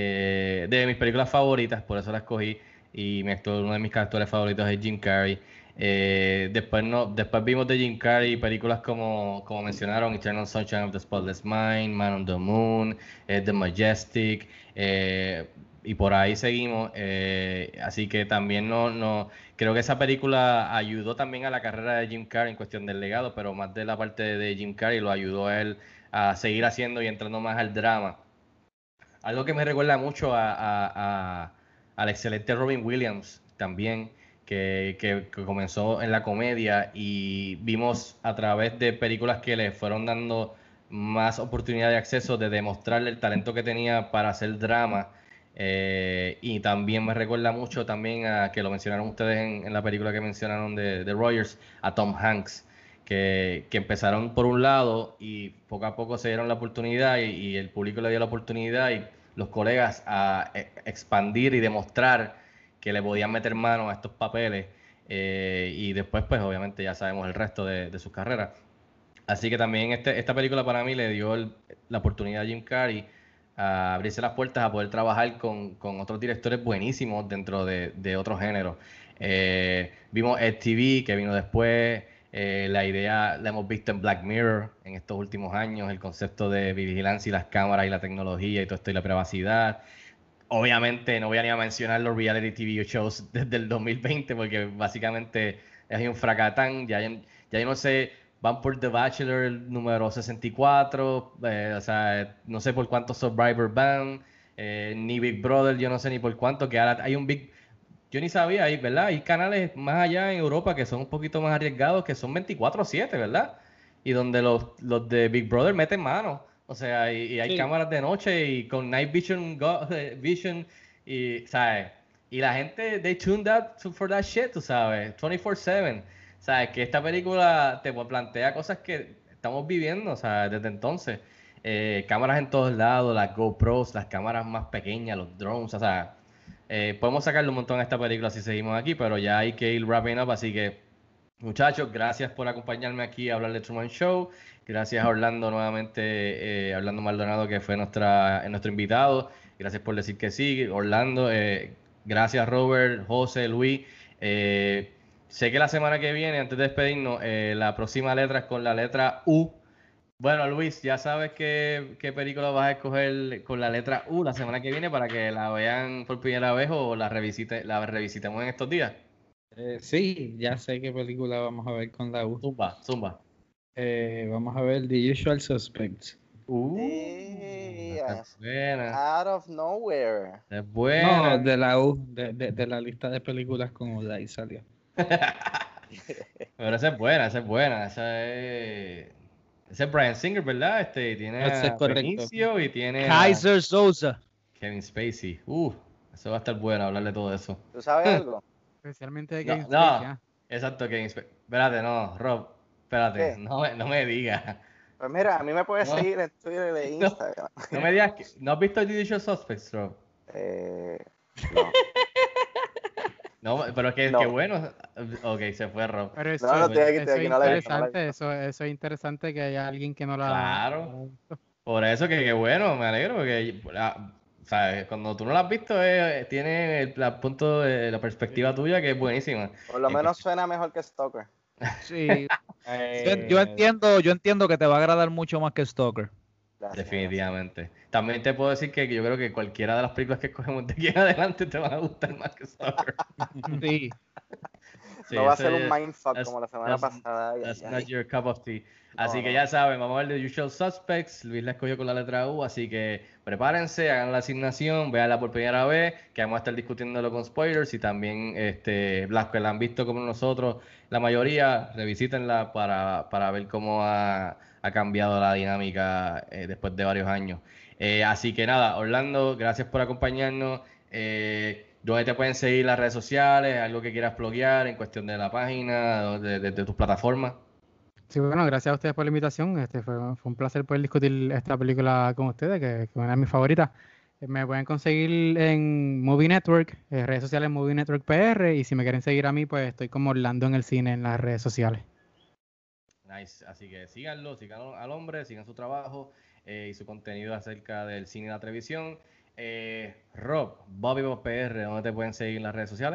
De mis películas favoritas, por eso la escogí, y uno de mis actores favoritos es Jim Carrey. Después vimos de Jim Carrey películas como mencionaron, Eternal Sunshine of the Spotless Mind, Man on the Moon, The Majestic, y por ahí seguimos. Así que también creo que esa película ayudó también a la carrera de Jim Carrey en cuestión del legado, pero más de la parte de Jim Carrey lo ayudó a él a seguir haciendo y entrando más al drama. Algo que me recuerda mucho al excelente Robin Williams también, que comenzó en la comedia y vimos a través de películas que le fueron dando más oportunidad de acceso de demostrarle el talento que tenía para hacer drama. Y también me recuerda mucho también a que lo mencionaron ustedes en la película que mencionaron de Rogers, a Tom Hanks, que empezaron por un lado y poco a poco se dieron la oportunidad y el público le dio la oportunidad y los colegas a expandir y demostrar que le podían meter mano a estos papeles, y después pues obviamente ya sabemos el resto de sus carreras. Así que también esta película para mí le dio la oportunidad a Jim Carrey a abrirse las puertas a poder trabajar con otros directores buenísimos dentro de otros géneros. Vimos Ed TV, que vino después. La idea la hemos visto en Black Mirror en estos últimos años, el concepto de vigilancia y las cámaras y la tecnología y todo esto y la privacidad. Obviamente no voy a ni a mencionar los reality TV shows desde el 2020 porque básicamente es un fracatán. Ya yo no sé, van por The Bachelor número 64, o sea, no sé por cuántos Survivor van, ni Big Brother, yo no sé ni por cuánto, que ahora hay un Big... Yo ni sabía, ¿verdad? Hay canales más allá en Europa que son un poquito más arriesgados, que son 24/7, ¿verdad? Y donde los de Big Brother meten mano. O sea, y hay cámaras de noche y con Night Vision, Vision y, ¿sabes? Y la gente, they tuned up for that shit, tú sabes, 24/7. ¿Sabes? Que esta película te plantea cosas que estamos viviendo, o sea, desde entonces. Cámaras en todos lados, las GoPros, las cámaras más pequeñas, los drones, o sea... podemos sacarle un montón a esta película si seguimos aquí, pero ya hay que ir wrapping up, así que muchachos, gracias por acompañarme aquí a hablar de Truman Show, gracias a Orlando nuevamente, Orlando Maldonado que fue nuestro invitado, gracias por decir que sí, Orlando, gracias Robert, José, Luis, sé que la semana que viene, antes de despedirnos, la próxima letra es con la letra U. Bueno, Luis, ya sabes qué película vas a escoger con la letra U la semana que viene para que la vean por primera vez o la revisitemos en estos días. Sí, ya sé qué película vamos a ver con la U. Zumba. Vamos a ver The Usual Suspects. Esa es buena. Out of Nowhere. Es buena. No, de la U, de la lista de películas con U, de ahí salió. Pero esa es buena. Ese es Bryan Singer, ¿verdad? Tiene a Benicio y tiene Kaiser Sosa, Kevin Spacey. Eso va a estar bueno hablarle todo eso. ¿Tú sabes algo? Especialmente de Kevin Spacey. No, exacto, Kevin Spacey. Espérate, no, Rob, espérate, no me digas. Pues mira, a mí me puedes seguir en Twitter e Instagram. No me digas que... ¿No has visto The Usual Suspects, Rob? No. No, pero es que bueno. Ok, se fue Rob. Pero eso, eso es interesante que haya alguien que no la... Claro. Por eso que bueno, me alegro. Porque, ¿sabes? Cuando tú no la has visto, tiene el punto de la perspectiva tuya que es buenísima. Por lo menos suena mejor que Stalker. Sí. Yo entiendo que te va a agradar mucho más que Stalker. Gracias, definitivamente. Gracias. También te puedo decir que yo creo que cualquiera de las películas que escogemos de aquí en adelante te van a gustar más que Stalker. Sí. No va a ser un mindfuck como la semana pasada. That's not your cup of tea. Así que ya saben, vamos a ver The Usual Suspects. Luis la escogió con la letra U, así que prepárense, hagan la asignación, véanla por primera vez, que vamos a estar discutiéndolo con spoilers y también las que la han visto como nosotros, la mayoría, revisítenla para ver cómo ha cambiado la dinámica después de varios años. Así que nada, Orlando, gracias por acompañarnos. ¿Dónde te pueden seguir las redes sociales? ¿Algo que quieras bloguear en cuestión de la página, de tus plataformas? Sí, bueno, gracias a ustedes por la invitación. Fue un placer poder discutir esta película con ustedes, que es una de mis favoritas. Me pueden conseguir en Movie Network, redes sociales Movie Network PR, y si me quieren seguir a mí, pues estoy como Orlando en el cine en las redes sociales. Nice, así que síganlo, sigan al hombre, sigan su trabajo y su contenido acerca del cine y la televisión. Rob, Bobby Bob PR, ¿dónde te pueden seguir en las redes sociales?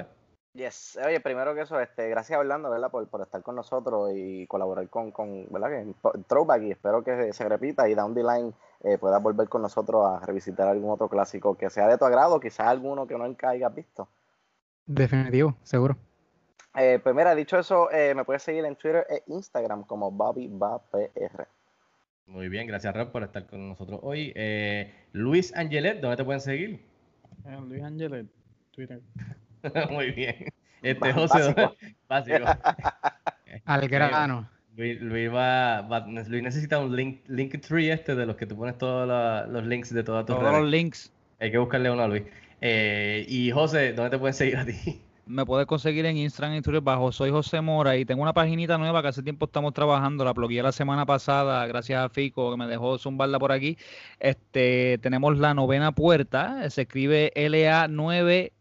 Yes. Oye, primero que eso, gracias Orlando, ¿verdad? Por estar con nosotros y colaborar con ¿verdad? Que Throwback, y espero que se repita y down the line puedas volver con nosotros a revisitar algún otro clásico que sea de tu agrado, quizás alguno que nunca hayas visto. Definitivo, seguro. Pues mira, dicho eso, me puedes seguir en Twitter e Instagram como BobbyBabPR. Muy bien, gracias Rob por estar con nosotros hoy. Luis Angelet, ¿dónde te pueden seguir? Luis Angelet, Twitter. Muy bien. José, básico. Al grano. Luis necesita un Linktree de los que tú pones todos los links de todas tus redes. Todos los links. Hay que buscarle uno a Luis. Y José, ¿dónde te pueden seguir a ti? Me puedes conseguir en Instagram y Twitter bajo Soy José Mora, y tengo una paginita nueva que hace tiempo estamos trabajando, la bloqueé la semana pasada gracias a Fico que me dejó zumbarla por aquí. Tenemos La Novena Puerta, se escribe LA9VNA,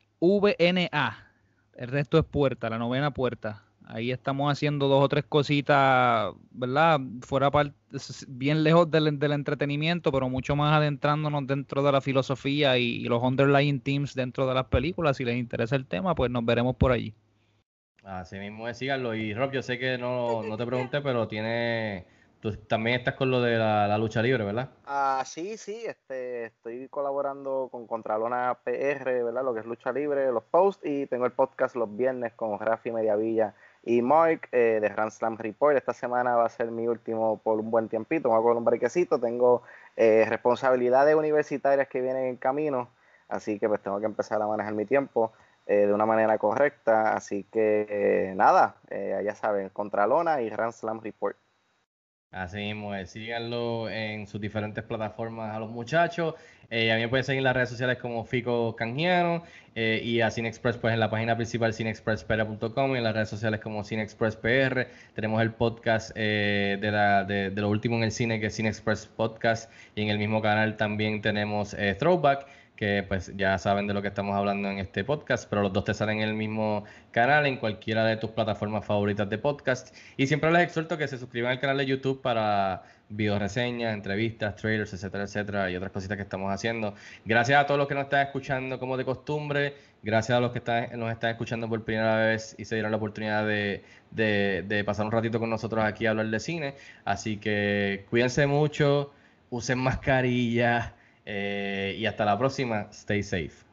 el resto es Puerta, La Novena Puerta. Ahí estamos haciendo 2 o 3 cositas, ¿verdad? Bien lejos del entretenimiento, pero mucho más adentrándonos dentro de la filosofía y los underlying themes dentro de las películas. Si les interesa el tema, pues nos veremos por allí. Así mismo es, síganlo. Y Rob, yo sé que no te pregunté, pero tú también estás con lo de la lucha libre, ¿verdad? Sí, estoy colaborando con Contralona PR, ¿verdad? Lo que es lucha libre, los posts, y tengo el podcast los viernes con Rafi Mediavilla y Mark de Grand Slam Report. Esta semana va a ser mi último por un buen tiempito, voy a coger un brequecito, tengo responsabilidades universitarias que vienen en camino, así que pues tengo que empezar a manejar mi tiempo de una manera correcta, así que nada, ya saben, Contralona y Grand Slam Report. Así mismo es, síganlo en sus diferentes plataformas a los muchachos. A mí me pueden seguir en las redes sociales como Fico Canjiano, y a CineExpress pues en la página principal cinexpresspr.com, y en las redes sociales como CineExpressPR. Tenemos el podcast de lo último en el cine, que es CineExpress Podcast, y en el mismo canal también tenemos Throwback, que pues ya saben de lo que estamos hablando en este podcast, pero los dos te salen en el mismo canal, en cualquiera de tus plataformas favoritas de podcast. Y siempre les exhorto que se suscriban al canal de YouTube para video reseñas, entrevistas, trailers, etcétera, etcétera, y otras cositas que estamos haciendo. Gracias a todos los que nos están escuchando como de costumbre, gracias a los que nos están escuchando por primera vez y se dieron la oportunidad de pasar un ratito con nosotros aquí a hablar de cine. Así que cuídense mucho, usen mascarilla, y hasta la próxima. Stay safe.